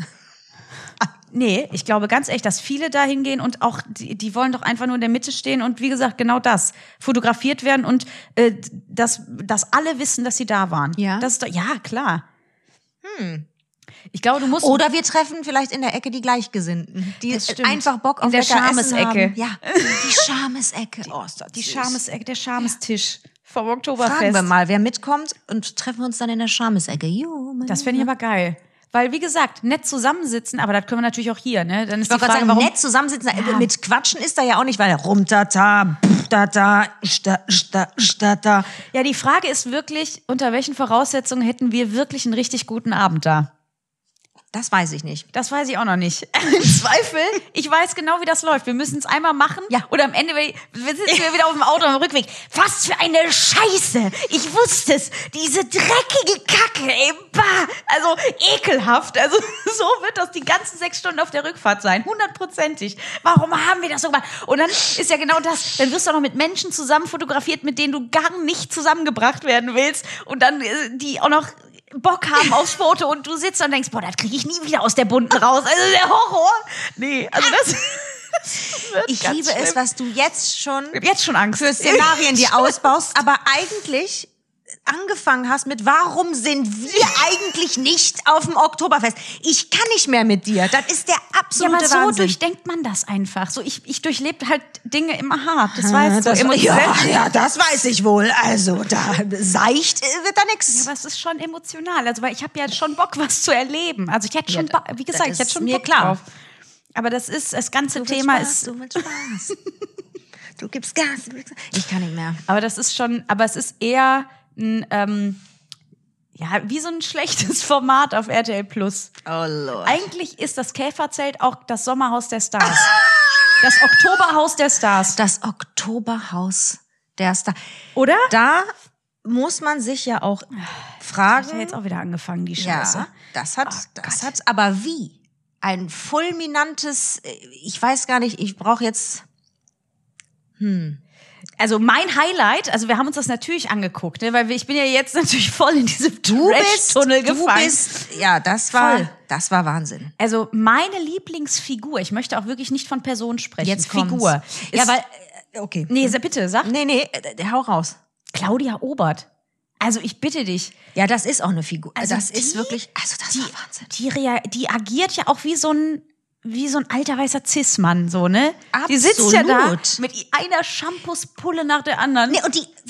Nee, ich glaube ganz echt, dass viele da hingehen und auch, die wollen doch einfach nur in der Mitte stehen und wie gesagt, genau das. Fotografiert werden und dass alle wissen, dass sie da waren.
Ja?
Das ist doch, ja, klar. Ich glaube, du musst...
Oder wir treffen vielleicht in der Ecke die Gleichgesinnten, die
Das stimmt.
einfach Bock auf
In der
lecker Essen
Schamesecke.
haben. Ja, die Schamesecke. Oh, ist das
die
süß.
Schamesecke, der Schamestisch vom Oktoberfest.
Fragen wir mal, wer mitkommt und treffen wir uns dann in der Schamesecke. Jo,
Das fände ich aber geil. Weil, wie gesagt, nett zusammensitzen, aber das können wir natürlich auch hier, ne? Dann ist
Ich wollte
die
gerade
Frage,
sagen,
warum...
nett zusammensitzen,
Ja.
mit Quatschen ist da ja auch nicht, weil rumtata, da, da.
Ja, die Frage ist wirklich, unter welchen Voraussetzungen hätten wir wirklich einen richtig guten Abend da?
Das weiß ich nicht.
Das weiß ich auch noch nicht. Im Zweifel, ich weiß genau, wie das läuft. Wir müssen es einmal machen.
Ja.
Oder am Ende, wir sitzen ja wieder auf dem Auto am Rückweg. Was für eine Scheiße! Ich wusste es. Diese dreckige Kacke, ey, bah. Also ekelhaft. Also so wird das die ganzen 6 Stunden auf der Rückfahrt sein. 100%ig. Warum haben wir das so gemacht? Und dann ist ja genau das. Dann wirst du auch noch mit Menschen zusammen fotografiert, mit denen du gar nicht zusammengebracht werden willst. Und dann die auch noch Bock haben aufs Foto und du sitzt und denkst, boah, das kriege ich nie wieder aus der bunten raus. Also der Horror. Nee, also das wird
Ich
ganz
liebe
schlimm.
es, was du jetzt schon
Ich hab jetzt schon Angst.
für Szenarien dir ausbaust, aber eigentlich angefangen hast mit, warum sind wir eigentlich nicht auf dem Oktoberfest? Ich kann nicht mehr mit dir. Das ist der
Ja,
absolute
aber so
Wahnsinn.
durchdenkt man das einfach. So, ich durchlebe halt Dinge immer hart. Das weißt du.
das,
Emotional.
ja, das weiß ich wohl. Also, da seicht wird da nix.
Aber es ist schon emotional. Also, weil ich habe ja schon Bock, was zu erleben. Also, ich hätte schon,
Ja,
wie gesagt,
das
ich hätte schon
ist mir
Bock
klar.
drauf. Aber das ganze
Du willst
Thema
Spaß,
ist,
Du willst Spaß. Du gibst Gas. Ich kann nicht mehr.
aber das ist schon, aber es ist eher ein, ja, wie so ein schlechtes Format auf RTL Plus.
Oh Lord.
Eigentlich ist das Käferzelt auch das Sommerhaus der Stars. Das Oktoberhaus der Stars.
Das Oktoberhaus der Star.
Oder?
Da muss man sich ja auch
Hat ja
fragen.
jetzt auch wieder angefangen, die Scheiße.
Ja, das hat, aber wie? Ein fulminantes, ich weiß gar nicht, ich brauche jetzt,
Also mein Highlight, also wir haben uns das natürlich angeguckt, ne, weil ich bin ja jetzt natürlich voll in diesem Trash-Tunnel gefangen.
Ja, das
Voll.
war Wahnsinn.
Also meine Lieblingsfigur, ich möchte auch wirklich nicht von Person sprechen.
Jetzt kommt's.
Figur.
Ja,
Ist,
weil, okay.
nee, bitte, sag.
Nee, hau raus.
Claudia Obert. Also ich bitte dich.
Ja, das ist auch eine Figur.
Also
das
die-
ist wirklich, also das war Wahnsinn.
Die agiert ja auch wie so ein alter weißer Cis-Mann, so, ne? Die sitzt ja da
Absolut.
mit einer Shampoospulle nach der anderen.
Nee, und die,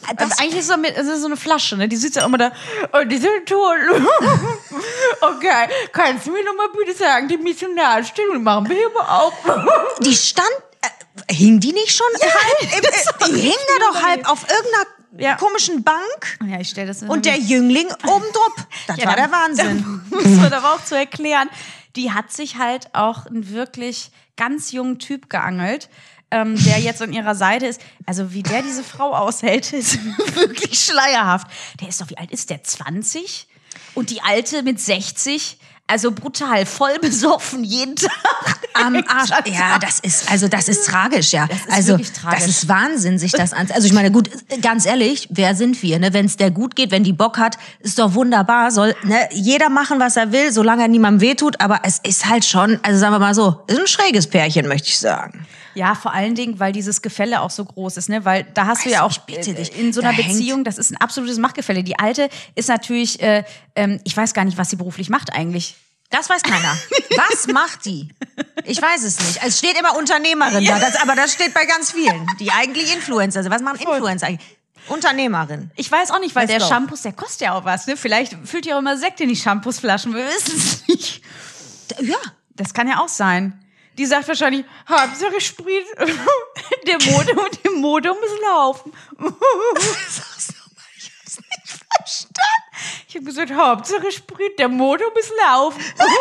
Eigentlich ist es so eine Flasche, ne? Die sitzt ja immer da, oh, die sind tot. Okay, kannst du mir noch mal bitte sagen, die Missionarstellung machen wir hier mal auf.
Die stand, hing die nicht schon halb? Die hing da doch halb auf irgendeiner komischen Bank.
Ja, ich stell das
und der Jüngling oben drupp. Das war der Wahnsinn.
Muss man aber auch zu erklären. Die hat sich halt auch einen wirklich ganz jungen Typ geangelt, der jetzt an ihrer Seite ist. Also wie der diese Frau aushält, ist wirklich schleierhaft. Der ist doch, wie alt ist der? 20? Und die Alte mit 60? Also brutal, voll besoffen, jeden Tag.
Am Arsch. Ja, das ist tragisch, ja.
Das ist wirklich tragisch.
Das ist Wahnsinn, sich das an. Also ich meine, gut, ganz ehrlich, wer sind wir, ne? Wenn es der gut geht, wenn die Bock hat, ist doch wunderbar. Soll, ne, jeder machen, was er will, solange er niemandem wehtut. Aber es ist halt schon, also sagen wir mal so, ist ein schräges Pärchen, möchte ich sagen.
Ja, vor allen Dingen, weil dieses Gefälle auch so groß ist, ne? Weil da hast du ja auch in so einer Beziehung, das ist ein absolutes Machtgefälle. Die Alte ist natürlich, ich weiß gar nicht, was sie beruflich macht eigentlich.
Das weiß keiner. Was macht die? Ich weiß es nicht. Es steht immer Unternehmerin da, aber das steht bei ganz vielen. Die eigentlich Influencer sind. Was machen Influencer eigentlich? Unternehmerin.
Ich weiß auch nicht, weil der Shampoos, der kostet ja auch was, ne? Vielleicht füllt ihr auch immer Sekt in die Shampoosflaschen, wir wissen es nicht.
Ja.
Das kann ja auch sein. Die sagt wahrscheinlich, Hauptsache Sprit, der Modem ist laufen.
Sag's nochmal, ich hab's nicht verstanden.
Ich habe gesagt, Hauptsache Sprit, der Modem ist laufen.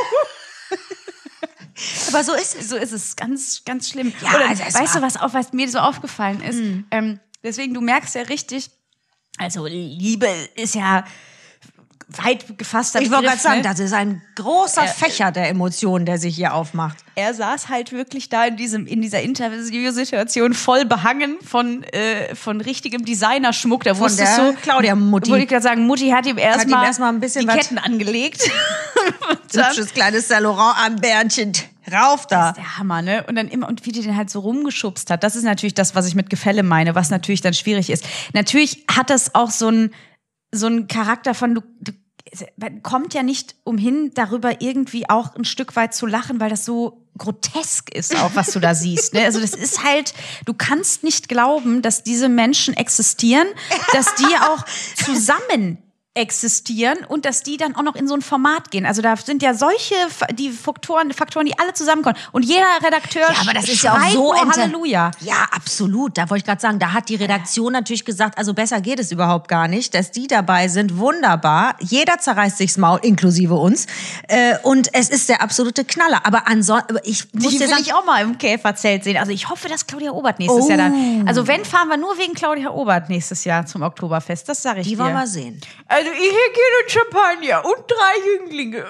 Aber so ist es.
So ist es, ganz, ganz schlimm.
Ja,
oder,
also
weißt du, was mir so aufgefallen ist? Deswegen, du merkst ja richtig, also Liebe ist ja weit gefasster
Ich wollte gerade sagen,
ne?
das ist ein großer Fächer der Emotionen, der sich hier aufmacht.
Er saß halt wirklich da in dieser Interviewsituation voll behangen von richtigem Designerschmuck. Da
von der Claudia Mutti.
Wollte ich gerade sagen, Mutti hat ihm erstmal
ein bisschen
die Ketten angelegt.
Hübsches kleines Saint Laurent Armbändchen. Rauf da.
Das ist der Hammer, ne? Und dann immer, und wie die den halt so rumgeschubst hat. Das ist natürlich das, was ich mit Gefälle meine, was natürlich dann schwierig ist. Natürlich hat das auch so ein Charakter von, man kommt ja nicht umhin, darüber irgendwie auch ein Stück weit zu lachen, weil das so grotesk ist, auch was du da siehst. Ne? Also das ist halt, du kannst nicht glauben, dass diese Menschen existieren, dass die auch zusammen existieren und dass die dann auch noch in so ein Format gehen. Also da sind ja solche die Faktoren, die alle zusammenkommen. Und jeder Redakteur
ja, aber das ist ja auch so
Halleluja.
Ja, absolut. Da wollte ich gerade sagen, da hat die Redaktion natürlich gesagt, also besser geht es überhaupt gar nicht, dass die dabei sind. Wunderbar. Jeder zerreißt sich's Maul, inklusive uns. Und es ist der absolute Knaller. Aber ansonsten, ich muss
die
dir
will
sagen,
ich auch mal im Käferzelt sehen. Also ich hoffe, dass Claudia Obert nächstes Jahr dann. Also wenn, fahren wir nur wegen Claudia Obert nächstes Jahr zum Oktoberfest. Das sage ich dir.
Die wollen wir sehen.
Also ich hätte gerne Champagner und 3 Jünglinge.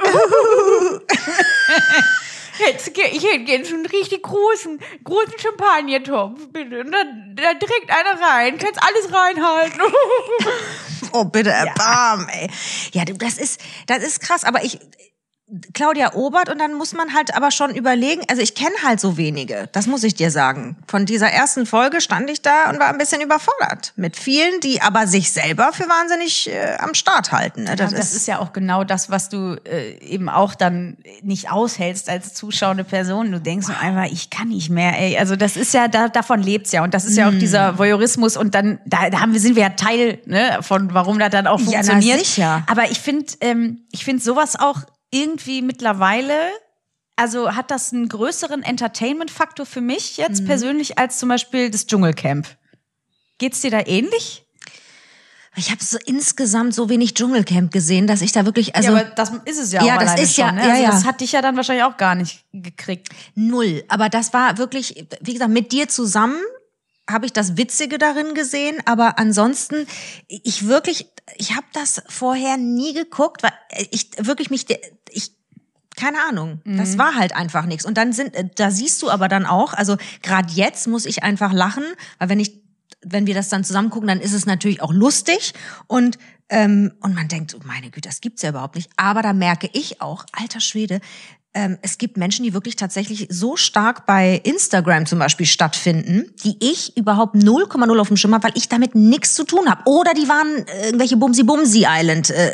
Ich hätte gerne so einen richtig großen Champagnertopf, bitte. Und da direkt einer rein. Kannst alles reinhalten.
Oh, bitte erbarm, ey. Ja, das ist krass. Aber Claudia Obert, und dann muss man halt aber schon überlegen, also ich kenne halt so wenige, das muss ich dir sagen. Von dieser ersten Folge stand ich da und war ein bisschen überfordert mit vielen, die aber sich selber für wahnsinnig am Start halten. Ne?
Das ist ja auch genau das, was du eben auch dann nicht aushältst als zuschauende Person. Du denkst nur einfach, ich kann nicht mehr, ey. Also das ist ja, davon lebt's ja. Und das ist ja auch dieser Voyeurismus. Und dann sind wir ja Teil, ne, von warum das dann auch funktioniert.
Ja, na sicher.
Aber ich finde sowas auch irgendwie mittlerweile, also hat das einen größeren Entertainment-Faktor für mich jetzt persönlich als zum Beispiel das Dschungelcamp. Geht's dir da ähnlich?
Ich habe so insgesamt so wenig Dschungelcamp gesehen, dass ich da wirklich, also
ja, aber das ist es ja auch
das ist
schon,
ja,
ne?
ja,
Also
ja.
das hat dich ja dann wahrscheinlich auch gar nicht gekriegt.
Null. Aber das war wirklich, wie gesagt, mit dir zusammen habe ich das Witzige darin gesehen, aber ansonsten, ich habe das vorher nie geguckt, weil keine Ahnung, das war halt einfach nichts. Und dann da siehst du aber dann auch, also gerade jetzt muss ich einfach lachen, weil wenn wir das dann zusammen gucken, dann ist es natürlich auch lustig und man denkt, oh meine Güte, das gibt's ja überhaupt nicht. Aber da merke ich auch, alter Schwede, es gibt Menschen, die wirklich tatsächlich so stark bei Instagram zum Beispiel stattfinden, die ich überhaupt 0,0 auf dem Schirm habe, weil ich damit nichts zu tun habe. Oder die waren irgendwelche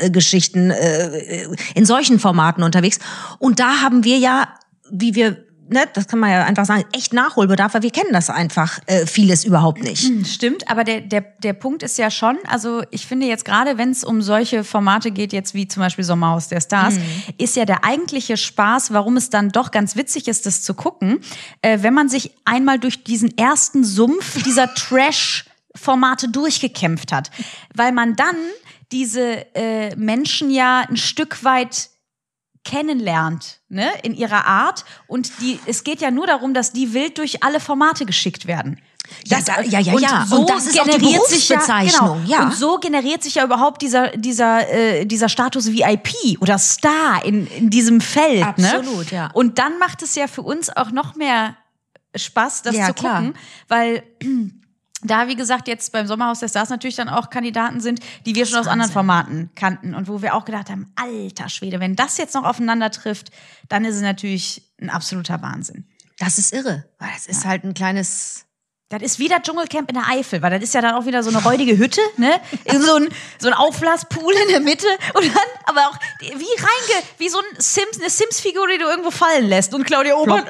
Bumsi-Bumsi-Island-Geschichten in solchen Formaten unterwegs. Und da haben wir ja, wie wir ne, das kann man ja einfach sagen, echt Nachholbedarf, weil wir kennen das einfach vieles überhaupt nicht.
Stimmt, aber der Punkt ist ja schon, also ich finde jetzt gerade, wenn es um solche Formate geht, jetzt wie zum Beispiel Sommerhaus der Stars, ist ja der eigentliche Spaß, warum es dann doch ganz witzig ist, das zu gucken, wenn man sich einmal durch diesen ersten Sumpf dieser Trash-Formate durchgekämpft hat. Weil man dann diese Menschen ja ein Stück weit kennenlernt, ne, in ihrer Art. Und es geht ja nur darum, dass die wild durch alle Formate geschickt werden.
Ja.
So
und das ist auch die
generiert sich
Berufsbezeichnung. Ja.
Und so generiert sich ja überhaupt dieser Status VIP oder Star in diesem Feld.
Absolut,
ne?
ja.
Und dann macht es ja für uns auch noch mehr Spaß, das zu gucken, weil da, wie gesagt, jetzt beim Sommerhaus der Stars natürlich dann auch Kandidaten sind, die wir schon aus anderen Formaten kannten und wo wir auch gedacht haben, alter Schwede, wenn das jetzt noch aufeinander trifft, dann ist es natürlich ein absoluter Wahnsinn.
Das ist irre, weil das ist halt ein kleines...
Das ist wieder Dschungelcamp in der Eifel, weil das ist ja dann auch wieder so eine räudige Hütte, ne? So ein Aufblaspool in der Mitte und dann aber auch wie so eine Sims-Figur, die du irgendwo fallen lässt und Claudia Obert,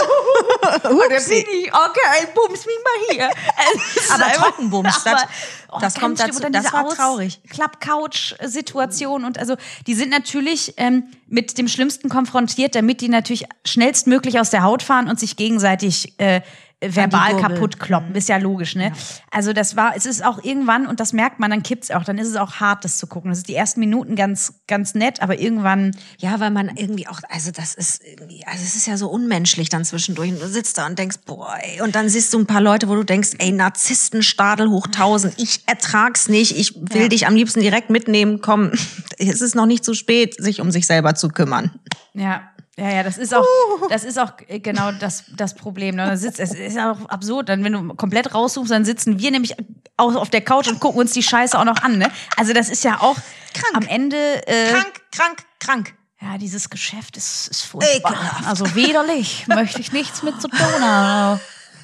da bin ich, okay, bums mich mal hier.
Aber Trockenbums, das kommt dazu, das war traurig.
Klapp-Couch-Situation und also die sind natürlich mit dem Schlimmsten konfrontiert, damit die natürlich schnellstmöglich aus der Haut fahren und sich gegenseitig verbal kaputt kloppen, ist ja logisch, ne? Ja. Also es ist auch irgendwann, und das merkt man, dann kippt's auch, dann ist es auch hart, das zu gucken. Das ist die ersten Minuten ganz, ganz nett, aber irgendwann...
Ja, weil man irgendwie auch, also es ist ja so unmenschlich dann zwischendurch und du sitzt da und denkst, boah, ey, und dann siehst du ein paar Leute, wo du denkst, ey, Narzisstenstadel hoch 1000, ich ertrag's nicht, ich will dich am liebsten direkt mitnehmen, komm, es ist noch nicht zu spät, sich um sich selber zu kümmern.
Ja. Ja, das ist auch genau das Problem. Es ist auch absurd, dann wenn du komplett raussuchst, dann sitzen wir nämlich auch auf der Couch und gucken uns die Scheiße auch noch an, ne? Also das ist ja auch
krank.
Am Ende
krank.
Ja, dieses Geschäft ist furchtbar. Ekelhaft. Also widerlich, möchte ich nichts mit zu tun haben.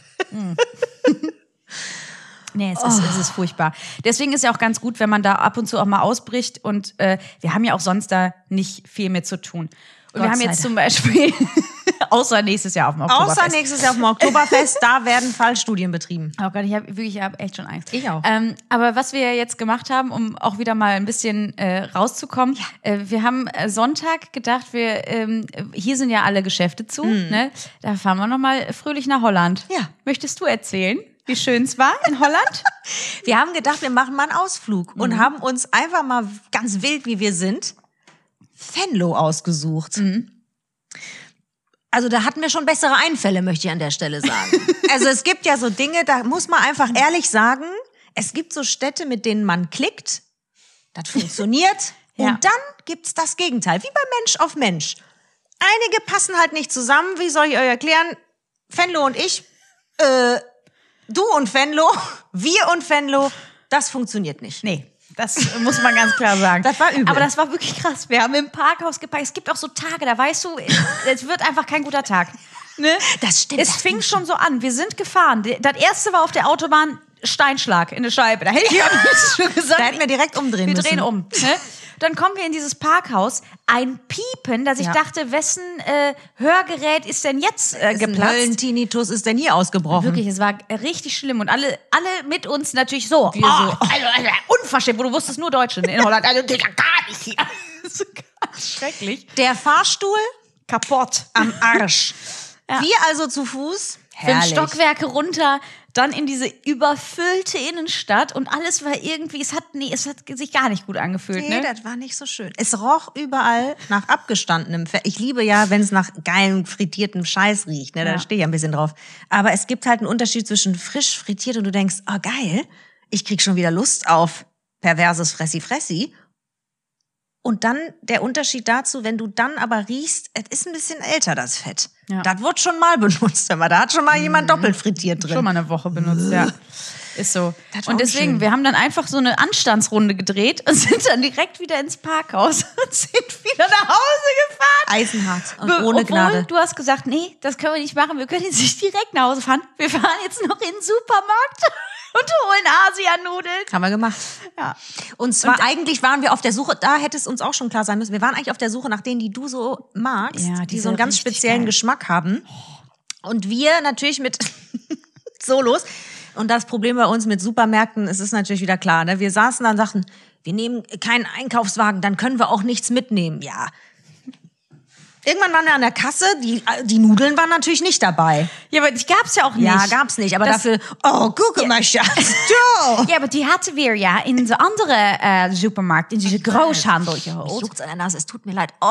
Nee, es ist furchtbar. Deswegen ist ja auch ganz gut, wenn man da ab und zu auch mal ausbricht und wir haben ja auch sonst da nicht viel mit zu tun. Und wir haben jetzt zum Beispiel, außer nächstes Jahr auf dem Oktoberfest.
Da werden Fallstudien betrieben.
Oh Gott, ich hab echt schon Angst.
Ich auch.
Aber was wir jetzt gemacht haben, um auch wieder mal ein bisschen rauszukommen, wir haben Sonntag gedacht, hier sind ja alle Geschäfte zu, ne? Da fahren wir nochmal fröhlich nach Holland.
Ja.
Möchtest du erzählen, wie schön es war in Holland?
Wir haben gedacht, wir machen mal einen Ausflug und haben uns einfach mal ganz wild, wie wir sind, Venlo ausgesucht. Also da hatten wir schon bessere Einfälle, möchte ich an der Stelle sagen. Also es gibt ja so Dinge, da muss man einfach ehrlich sagen, es gibt so Städte, mit denen man klickt, das funktioniert und dann gibt's das Gegenteil, wie bei Mensch auf Mensch. Einige passen halt nicht zusammen, wie soll ich euch erklären? Venlo und ich, du und Venlo, wir und Venlo, das funktioniert nicht.
Nee. Das muss man ganz klar sagen.
Das war übel.
Aber das war wirklich krass. Wir haben im Parkhaus geparkt. Es gibt auch so Tage, da weißt du, es wird einfach kein guter Tag. Ne?
Das stimmt.
Es fing schon so an. Wir sind gefahren. Das erste war auf der Autobahn Steinschlag in der Scheibe. Da hätte ich schon gesagt.
Da hätten wir direkt umdrehen müssen.
Wir drehen um. Ne? Dann kommen wir in dieses Parkhaus. Ein Piepen, dass ich dachte, wessen Hörgerät ist denn jetzt geplatzt?
Höllentinitus ist denn hier ausgebrochen?
Wirklich, es war richtig schlimm. Und alle mit uns natürlich so. Also, unverschämt, wo du wusstest, nur Deutsche in Holland. Also, gar nicht hier. So ganz schrecklich.
Der Fahrstuhl
kaputt.
Am Arsch. Ja. Wir also zu Fuß.
5 Stockwerke runter, dann in diese überfüllte Innenstadt und alles war irgendwie, es hat sich gar nicht gut angefühlt.
Nee, das war nicht so schön. Es roch überall nach abgestandenem Fett. Ich liebe ja, wenn es nach geilem frittiertem Scheiß riecht, ne? Da stehe ich ein bisschen drauf. Aber es gibt halt einen Unterschied zwischen frisch frittiert und du denkst, oh geil, ich krieg schon wieder Lust auf perverses Fressi-Fressi. Und dann der Unterschied dazu, wenn du dann aber riechst, es ist ein bisschen älter, das Fett. Ja. Das wird schon mal benutzt, aber da hat schon mal jemand doppelt frittiert drin.
Schon mal eine Woche benutzt, ja. Ist so. Und deswegen, wir haben dann einfach so eine Anstandsrunde gedreht und sind dann direkt wieder ins Parkhaus und sind wieder nach Hause gefahren.
Eisenhart und ohne Gnade.
Du hast gesagt, nee, das können wir nicht machen, wir können jetzt nicht direkt nach Hause fahren. Wir fahren jetzt noch in den Supermarkt und holen Asianudeln.
Haben wir gemacht.
Ja.
Und zwar eigentlich waren wir auf der Suche, da hätte es uns auch schon klar sein müssen, wir waren eigentlich auf der Suche nach denen, die du so magst, die so einen ganz speziellen Geschmack haben. Und wir natürlich mit Solos. Und das Problem bei uns mit Supermärkten, es ist natürlich wieder klar, ne? Wir saßen da und sagten, wir nehmen keinen Einkaufswagen, dann können wir auch nichts mitnehmen. Ja. Irgendwann waren wir an der Kasse, die Nudeln waren natürlich nicht dabei.
Ja, aber die gab's ja auch nicht.
Ja, gab's nicht, aber dafür, guck mal, Schatz, du.
Ja, aber die hatten wir ja in so andere Supermarkt, in diese Großhandel
Mich
geholt.
juckt's an der Nase, es tut mir leid.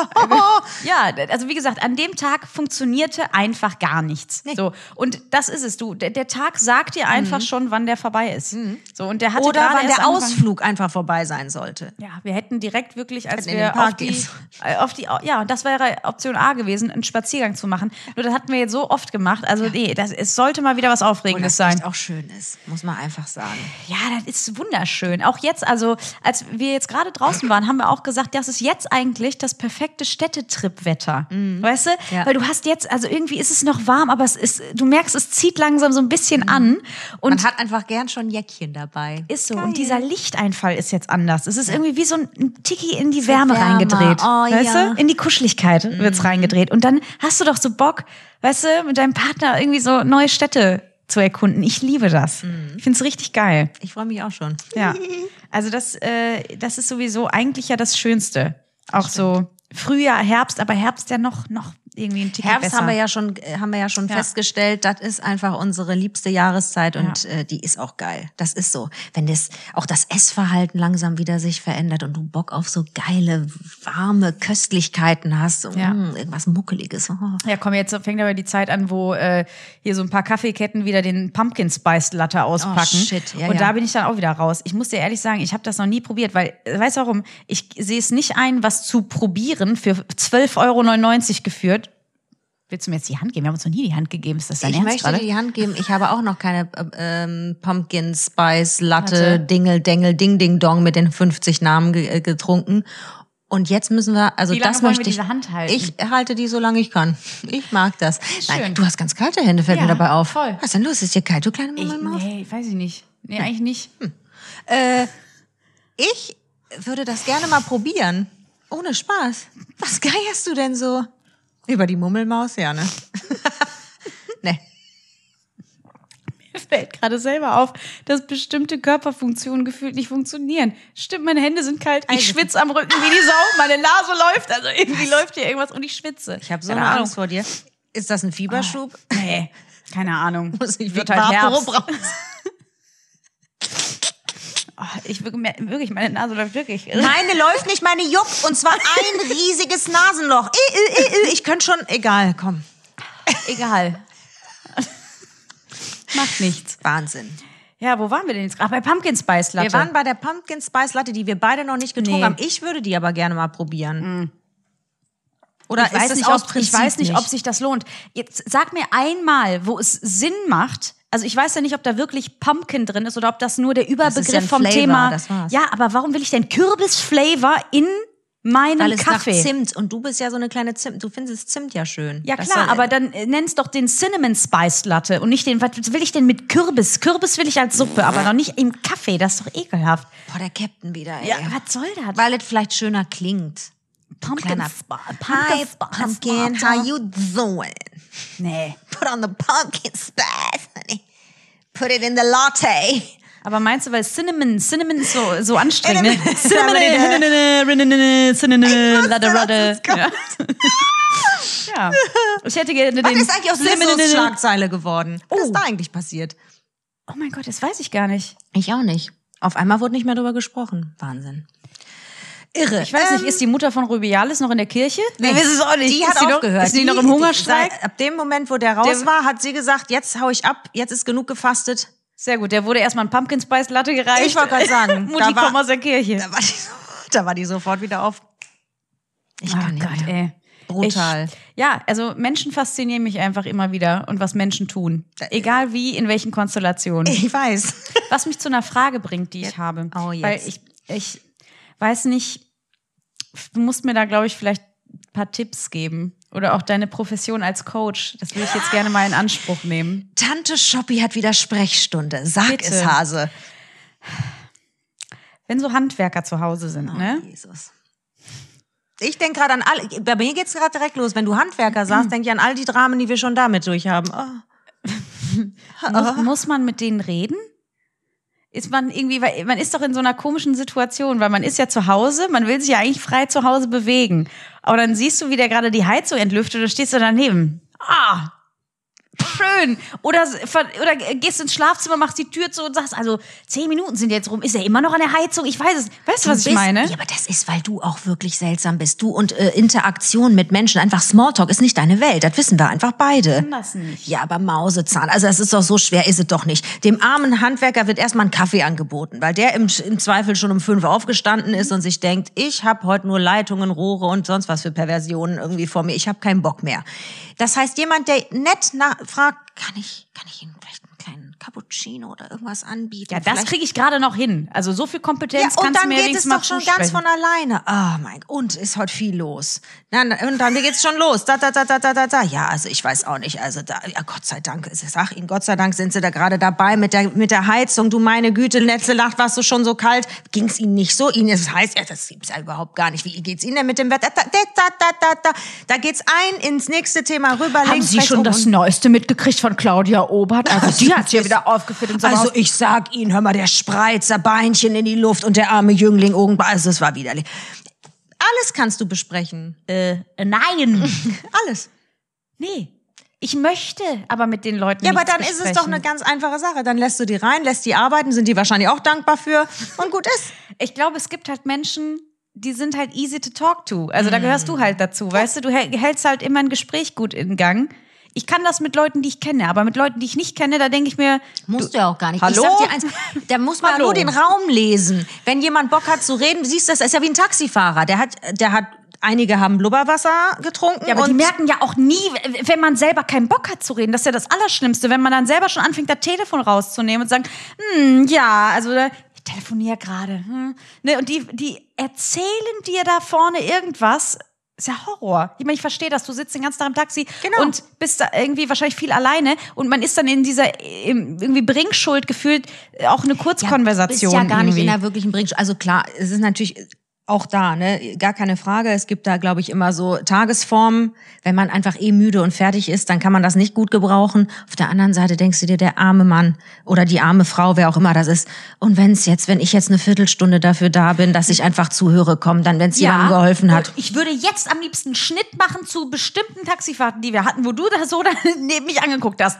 Ja, also wie gesagt, an dem Tag funktionierte einfach gar nichts.
Nee.
So, und das ist es, du. Der Tag sagt dir einfach schon, wann der vorbei ist. So, und der hatte
Oder
gerade
wann
erst
der
angefangen.
Ausflug einfach vorbei sein sollte.
Ja, wir hätten direkt wirklich, als
Hätten in
wir
den Park
ja, und das wäre Option A gewesen, einen Spaziergang zu machen. Nur das hatten wir jetzt so oft gemacht. Also nee, es sollte mal wieder was Aufregendes
das
sein.
echt auch schön ist, muss man einfach sagen.
Ja, das ist wunderschön. Auch jetzt, also als wir jetzt gerade draußen waren, haben wir auch gesagt, das ist jetzt eigentlich das perfekte Städtetrip-Wetter. Weißt du?
Ja.
Weil du hast jetzt, also irgendwie ist es noch warm, aber du merkst, es zieht langsam so ein bisschen an. Und
Man hat einfach gern schon Jäckchen dabei.
ist so.
Geil.
Und dieser Lichteinfall ist jetzt anders. Es ist irgendwie wie so ein Tiki in die Wärme
wärmer.
reingedreht.
Oh,
weißt
ja.
du? In die Kuscheligkeit wird's reingedreht. Und dann hast du doch so Bock, weißt du, mit deinem Partner irgendwie so neue Städte zu erkunden. Ich liebe das. Ich find's richtig geil.
Ich freue mich auch schon.
Ja. Also das ist sowieso eigentlich ja das Schönste. Auch so Frühjahr, Herbst, aber Herbst ja noch irgendwie ein Ticken
Herbst
besser.
haben wir ja schon festgestellt, das ist einfach unsere liebste Jahreszeit und die ist auch geil. Das ist so. Wenn auch das Essverhalten langsam wieder sich verändert und du Bock auf so geile, warme Köstlichkeiten hast, so, irgendwas Muckeliges. Oh.
Ja, komm, jetzt fängt aber die Zeit an, wo hier so ein paar Kaffeeketten wieder den Pumpkin Spice Latte auspacken.
Oh, shit. Ja,
und da
ja.
bin ich dann auch wieder raus. Ich muss dir ehrlich sagen, ich habe das noch nie probiert, weil, weißt du warum? Ich sehe es nicht ein, was zu probieren für 12,99 € geführt. Willst du mir jetzt die Hand geben? Wir haben uns noch nie die Hand gegeben. Ist das dein
Ich
Ernst
möchte
gerade?
dir die Hand geben. Ich habe auch noch keine Pumpkin Spice Latte, Dingel, Dengel, Ding, Ding, Dong mit den 50 Namen getrunken. Und jetzt müssen wir, also
Wie lange
das
wollen wir
möchte ich.
diese Hand halten?
Ich halte die so lange ich kann. Ich mag das.
Schön.
Nein, du hast ganz kalte Hände, fällt
Ja,
mir dabei auf.
voll.
Was ist denn los? Ist dir kalt, du kleine Mummelmaus?
Nee, weiß ich nicht. Nee, eigentlich nicht.
Ich würde das gerne mal probieren. Ohne Spaß. Was geierst du denn so? Über die Mummelmaus? Ja, ne? Nee.
Mir fällt gerade selber auf, dass bestimmte Körperfunktionen gefühlt nicht funktionieren. Stimmt, meine Hände sind kalt. Ich
Also-
schwitze am Rücken wie die Sau. Meine Nase läuft. Also irgendwie läuft hier irgendwas und ich schwitze.
Ich habe so
Keine
eine
Ahnung.
Angst vor dir. Ist das ein Fieberschub?
Nee, keine Ahnung.
Muss ich
Wird
wie
halt
Vaporub
Herbst.
raus?
Ich wirklich, meine Nase läuft wirklich.
Meine läuft nicht, meine juckt. Und zwar ein riesiges Nasenloch. Ich könnte schon. Egal, komm.
Egal. Macht nichts.
Wahnsinn.
Ja, wo waren wir denn jetzt gerade? Bei Pumpkin Spice Latte.
Wir waren bei der Pumpkin Spice Latte, die wir beide noch nicht getrunken
Nee.
haben. Ich würde die aber gerne mal probieren. Oder
Ich weiß,
ist es
nicht,
aus
ob,
Prinzip
ich weiß nicht, ob sich das lohnt. Jetzt sag mir einmal, wo es Sinn macht. Also ich weiß ja nicht, ob da wirklich Pumpkin drin ist oder ob das nur der Überbegriff
Das ist ja ein
vom
Flavor,
Thema.
das war's.
Ja, aber warum will ich denn Kürbisflavor in meinem
Weil es
Kaffee?
nach Zimt und du bist ja so eine kleine Zimt. Du findest Zimt ja schön.
Ja
Das
klar,
soll-
aber dann nenn's doch den Cinnamon Spice Latte und nicht den, was will ich denn mit Kürbis? Kürbis will ich als Suppe, aber noch nicht im Kaffee, das ist doch ekelhaft.
Boah, der Captain wieder, ey.
Ja, was soll das?
Weil es vielleicht schöner klingt.
Pumpkin
Kleiner
Spice.
Hi, Pumpkin, how you doing?
Nee.
Put on the pumpkin spice, honey. Put it in the latte.
Aber meinst du, weil Cinnamon ist so anstrengend, ne?
Cinnamon.
Cinnamon, Ladde,
was
Radde.
jetzt kommt.
Ja. Ich hätte gerne
Was
den
ist eigentlich aus Limos Schlagzeile geworden? Was ist da eigentlich passiert?
Oh mein Gott, das weiß ich gar nicht.
Ich auch nicht. Auf einmal wurde nicht mehr drüber gesprochen. Wahnsinn. Irre.
Ich weiß nicht, ist die Mutter von Rubialis noch in der Kirche?
Nee,
Wir wissen es auch nicht.
Die hat
ist
aufgehört.
Ist die noch im Hungerstreik?
Ab dem Moment, wo der raus war, hat sie gesagt, jetzt hau ich ab, jetzt ist genug gefastet.
Sehr gut, der wurde erstmal ein Pumpkin Spice Latte gereicht.
Ich wollte gerade sagen,
Mutti, komm aus der Kirche.
Da war die sofort wieder auf. Ich kann nicht
Gott,
mehr.
ey.
Brutal.
Ja, also Menschen faszinieren mich einfach immer wieder und was Menschen tun. Egal wie, in welchen Konstellationen.
Ich weiß.
Was mich zu einer Frage bringt, die ich habe.
Oh, jetzt.
Weil ich weiß nicht, du musst mir da, glaube ich, vielleicht ein paar Tipps geben. Oder auch deine Profession als Coach. Das will ich jetzt gerne mal in Anspruch nehmen.
Tante Schoppi hat wieder Sprechstunde. Sag
Bitte.
es, Hase.
Wenn so Handwerker zu Hause sind, ne?
Jesus. Ich denke gerade an alle, bei mir geht's gerade direkt los. Wenn du Handwerker sagst, denke ich an all die Dramen, die wir schon damit durchhaben.
Muss man mit denen reden? Ist man irgendwie, weil man ist doch in so einer komischen Situation, weil man ist ja zu Hause, man will sich ja eigentlich frei zu Hause bewegen. Aber dann siehst du, wie der gerade die Heizung entlüftet und stehst du daneben. Schön. Oder gehst ins Schlafzimmer, machst die Tür zu und sagst, also 10 Minuten sind jetzt rum. Ist er immer noch an der Heizung? Ich weiß es. Weißt du, was ich meine?
Ja, aber das ist, weil du auch wirklich seltsam bist. Du und Interaktion mit Menschen, einfach Smalltalk ist nicht deine Welt. Das wissen wir einfach beide.
Ich kann das nicht.
Ja, aber Mausezahn, also das ist doch so schwer, ist es doch nicht. Dem armen Handwerker wird erstmal ein Kaffee angeboten, weil der im Zweifel schon um 5 aufgestanden ist und sich denkt, ich habe heute nur Leitungen, Rohre und sonst was für Perversionen irgendwie vor mir. Ich habe keinen Bock mehr. Das heißt, jemand, der nett fragt, kann ich Ihnen vielleicht einen kleinen Cappuccino oder irgendwas anbieten?
Ja, das kriege ich gerade noch hin. Also so viel Kompetenz kannst du mir wenigstens mal zusprechen.
Und dann geht es doch schon ganz von alleine. Oh mein Gott, und ist heute viel los. Und dann geht's schon los. Da. Ja, also ich weiß auch nicht. Also da, ja, Gott sei Dank, ich sag Ihnen, Gott sei Dank sind Sie da gerade dabei mit der Heizung. Du meine Güte, letzte Nacht warst du schon so kalt. Ging's Ihnen nicht so? Ihnen ist es heiß? Ja, das gibt's ja überhaupt gar nicht. Wie geht's Ihnen denn mit dem Wetter? Da geht's ins nächste Thema rüber.
Haben Sie schon das Neueste mitgekriegt von Claudia Obert? Also die hat ja wieder aufgeführt im Sommerhaus.
Also ich sag Ihnen, hör mal, der Spreizer, Beinchen in die Luft und der arme Jüngling oben. Also es war widerlich. Alles kannst du besprechen.
Nein.
Alles.
Nee. Ich möchte aber mit den Leuten
Ja, aber
nichts
dann ist es doch eine ganz einfache Sache. Dann lässt du die rein, lässt die arbeiten, sind die wahrscheinlich auch dankbar für und gut ist.
Ich glaube, es gibt halt Menschen, die sind halt easy to talk to. Also da gehörst du halt dazu, weißt du? Du hältst halt immer ein Gespräch gut in Gang. Ich kann das mit Leuten, die ich kenne, aber mit Leuten, die ich nicht kenne, da denke ich mir...
Musst du ja auch gar nicht.
Hallo?
Ich sag dir eins, da muss man nur den Raum lesen. Wenn jemand Bock hat zu reden, siehst du, das ist ja wie ein Taxifahrer. Einige haben Blubberwasser getrunken.
Ja, aber die merken ja auch nie, wenn man selber keinen Bock hat zu reden. Das ist ja das Allerschlimmste, wenn man dann selber schon anfängt, das Telefon rauszunehmen und sagt, ja, also ich telefoniere gerade. Ne, und die erzählen dir da vorne irgendwas. Ist ja Horror. Ich meine, ich verstehe das. Du sitzt den ganzen Tag im Taxi und bist da irgendwie wahrscheinlich viel alleine und man ist dann in dieser irgendwie Bringschuld gefühlt auch eine Kurzkonversation.
Ja, du bist ja gar
irgendwie.
nicht in einer wirklichen Bringschuld. Also klar, es ist natürlich auch da, ne, gar keine Frage. Es gibt da, glaube ich, immer so Tagesformen. Wenn man einfach müde und fertig ist, dann kann man das nicht gut gebrauchen. Auf der anderen Seite denkst du dir, der arme Mann oder die arme Frau, wer auch immer das ist. Und wenn ich jetzt eine Viertelstunde dafür da bin, dass ich einfach zuhöre, kommen, dann, wenn es jemandem geholfen hat.
Ich würde jetzt am liebsten einen Schnitt machen zu bestimmten Taxifahrten, die wir hatten, wo du da so neben mich angeguckt hast.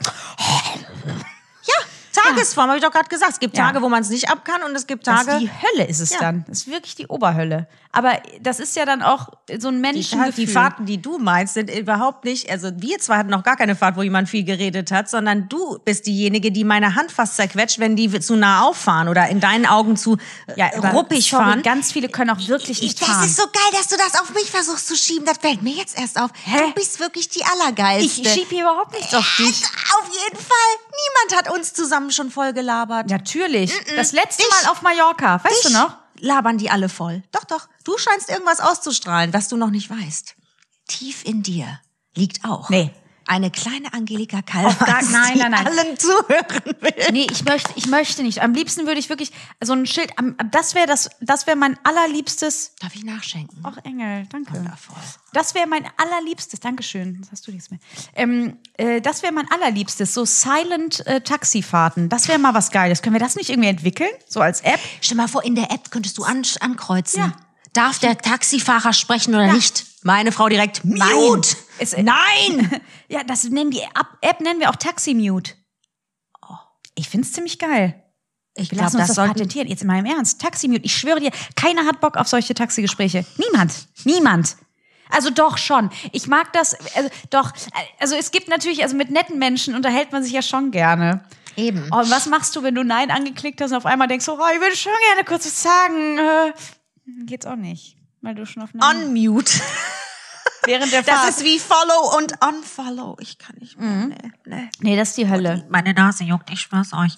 Tagesform, habe ich doch gerade gesagt. Es gibt Tage, wo man es nicht ab kann und es gibt Tage...
Die Hölle ist es dann. Das ist wirklich die Oberhölle. Aber das ist ja dann auch so ein Menschengefühl.
Die Fahrten, die du meinst, sind überhaupt nicht... Also wir zwei hatten noch gar keine Fahrt, wo jemand viel geredet hat, sondern du bist diejenige, die meine Hand fast zerquetscht, wenn die zu nah auffahren oder in deinen Augen zu ruppig fahren.
Ganz viele können auch wirklich nicht fahren.
Das ist so geil, dass du das auf mich versuchst zu schieben. Das fällt mir jetzt erst auf.
Hä?
Du bist wirklich die Allergeilste.
Ich schieb hier überhaupt nichts auf dich.
Auf jeden Fall. Niemand hat uns zusammen schon voll gelabert.
Natürlich. Das letzte Mal auf Mallorca. Weißt du noch?
Labern die alle voll. Doch. Du scheinst irgendwas auszustrahlen, was du noch nicht weißt. Tief in dir liegt auch eine kleine Angelika Kalvas,
nein.
allen zuhören will.
Nee, ich möchte nicht. Am liebsten würde ich wirklich so ein Schild, das wäre mein allerliebstes.
Darf ich nachschenken?
Ach, Engel, danke.
Wundervoll.
Das wäre mein allerliebstes, Dankeschön, jetzt hast du nichts mehr. Das wäre mein allerliebstes, so Silent Taxifahrten. Das wäre mal was Geiles. Können wir das nicht irgendwie entwickeln? So als App?
Stell mal vor, in der App könntest du ankreuzen. Ja. Darf der Taxifahrer sprechen oder nicht? Meine Frau direkt, Mute! Nein!
Ja, das nennen die App nennen wir auch Taxi-Mute. Ich find's ziemlich geil.
Ich
Wir lassen uns das patentieren. Jetzt in meinem Ernst. Taxi-Mute. Ich schwöre dir, keiner hat Bock auf solche Taxigespräche. Niemand. Also doch schon. Ich mag das, also es gibt natürlich, also mit netten Menschen unterhält man sich ja schon gerne.
Eben.
Und was machst du, wenn du Nein angeklickt hast und auf einmal denkst, oh, ich würde schon gerne kurz was sagen. Geht's auch nicht, weil du schon auf Nein...
Unmute.
Während der Fahrt.
Das ist wie Follow und Unfollow. Ich kann nicht mehr.
Nee, das ist die Hölle.
Meine Nase juckt, ich schwör's euch.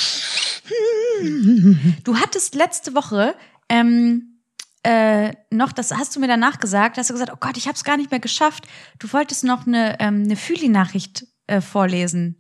Du hattest letzte Woche noch, das hast du mir danach gesagt, hast du gesagt, oh Gott, ich hab's gar nicht mehr geschafft. Du wolltest noch eine Fühli-Nachricht vorlesen.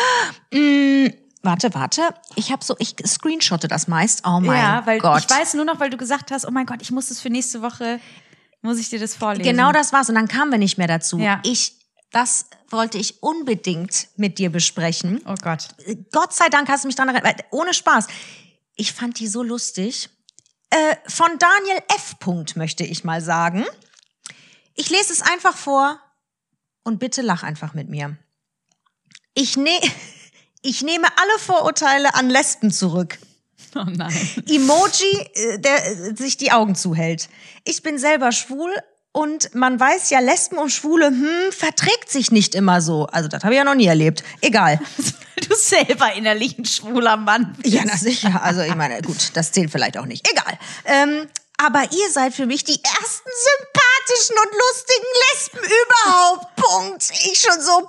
Warte. Ich screenshotte das meist. Oh mein Gott.
Ich weiß nur noch, weil du gesagt hast, oh mein Gott, ich muss das für nächste Woche. Muss ich dir das vorlesen?
Genau das war's. Und dann kamen wir nicht mehr dazu.
Ja.
Das wollte ich unbedingt mit dir besprechen.
Oh Gott.
Gott sei Dank hast du mich dran erinnert. Ohne Spaß. Ich fand die so lustig. Von Daniel F. möchte ich mal sagen. Ich lese es einfach vor und bitte lach einfach mit mir. Ich nehme alle Vorurteile an Lesben zurück.
Oh nein.
Emoji, der sich die Augen zuhält. Ich bin selber schwul und man weiß ja, Lesben und Schwule, verträgt sich nicht immer so. Also das habe ich ja noch nie erlebt. Egal.
Du selber innerlich ein schwuler Mann bist.
Ja, na sicher. Also ich meine, gut, das zählt vielleicht auch nicht. Egal. Aber ihr seid für mich die ersten sympathischen und lustigen Lesben überhaupt. Punkt. Ich schon so.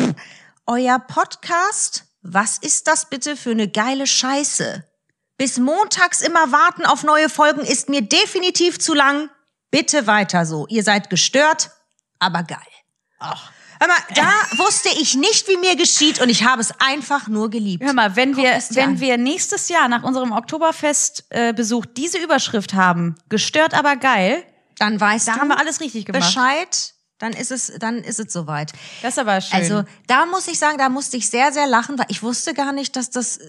Euer Podcast, was ist das bitte für eine geile Scheiße? Bis montags immer warten auf neue Folgen ist mir definitiv zu lang. Bitte weiter so. Ihr seid gestört, aber geil.
Ach.
Hör mal, da wusste ich nicht, wie mir geschieht und ich habe es einfach nur geliebt.
Hör mal, wenn wir nächstes Jahr nach unserem Oktoberfest-Besuch diese Überschrift haben, gestört, aber geil,
dann weißt
da
du
haben wir alles richtig gemacht.
Bescheid, dann ist es soweit.
Das ist aber schön.
Also, da muss ich sagen, da musste ich sehr, sehr lachen, weil ich wusste gar nicht, dass das...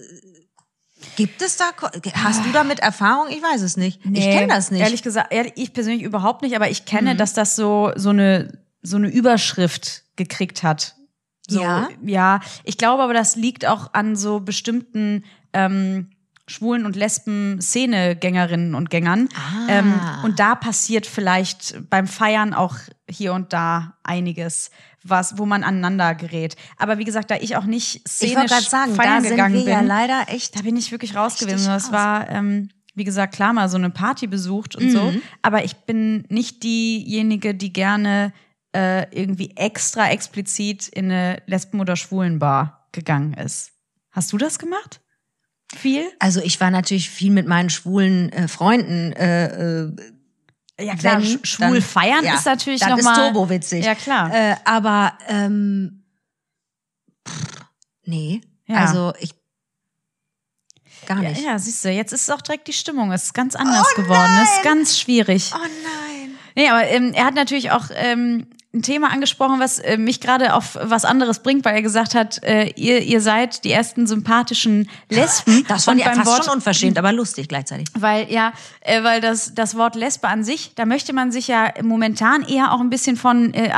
Gibt es da... Hast du damit Erfahrung? Ich weiß es nicht.
Nee,
ich kenne das nicht.
Ehrlich gesagt, ich persönlich überhaupt nicht, aber ich kenne, dass das so eine Überschrift gekriegt hat. So, ja, ich glaube aber, das liegt auch an so bestimmten Schwulen- und Lesben-Szenegängerinnen und Gängern. Und da passiert vielleicht beim Feiern auch hier und da einiges, wo man aneinander gerät. Aber wie gesagt, da ich auch nicht szenisch feiern
da
gegangen
sind wir
bin,
ja leider echt.
da bin ich wirklich raus gewesen.
richtig
Das war, wie gesagt, klar mal so eine Party besucht und so. Aber ich bin nicht diejenige, die gerne irgendwie extra explizit in eine Lesben- oder Schwulenbar gegangen ist. Hast du das gemacht? Viel?
Also ich war natürlich viel mit meinen schwulen Freunden.
Ja klar, schwul feiern ist natürlich
das
nochmal...
ist turbowitzig.
Ja klar.
Aber nee,
Ja.
also ich gar nicht.
Ja, siehst du, jetzt ist es auch direkt die Stimmung. Es ist ganz anders geworden. Es ist ganz schwierig.
Oh nein.
Nee, aber er hat natürlich auch ein Thema angesprochen, was mich gerade auf was anderes bringt, weil er gesagt hat, ihr seid die ersten sympathischen Lesben.
Das war
Und
ja
beim
fast
Wort,
schon unverschämt, aber lustig gleichzeitig.
weil das Wort Lesbe an sich, da möchte man sich ja momentan eher auch ein bisschen von
Ich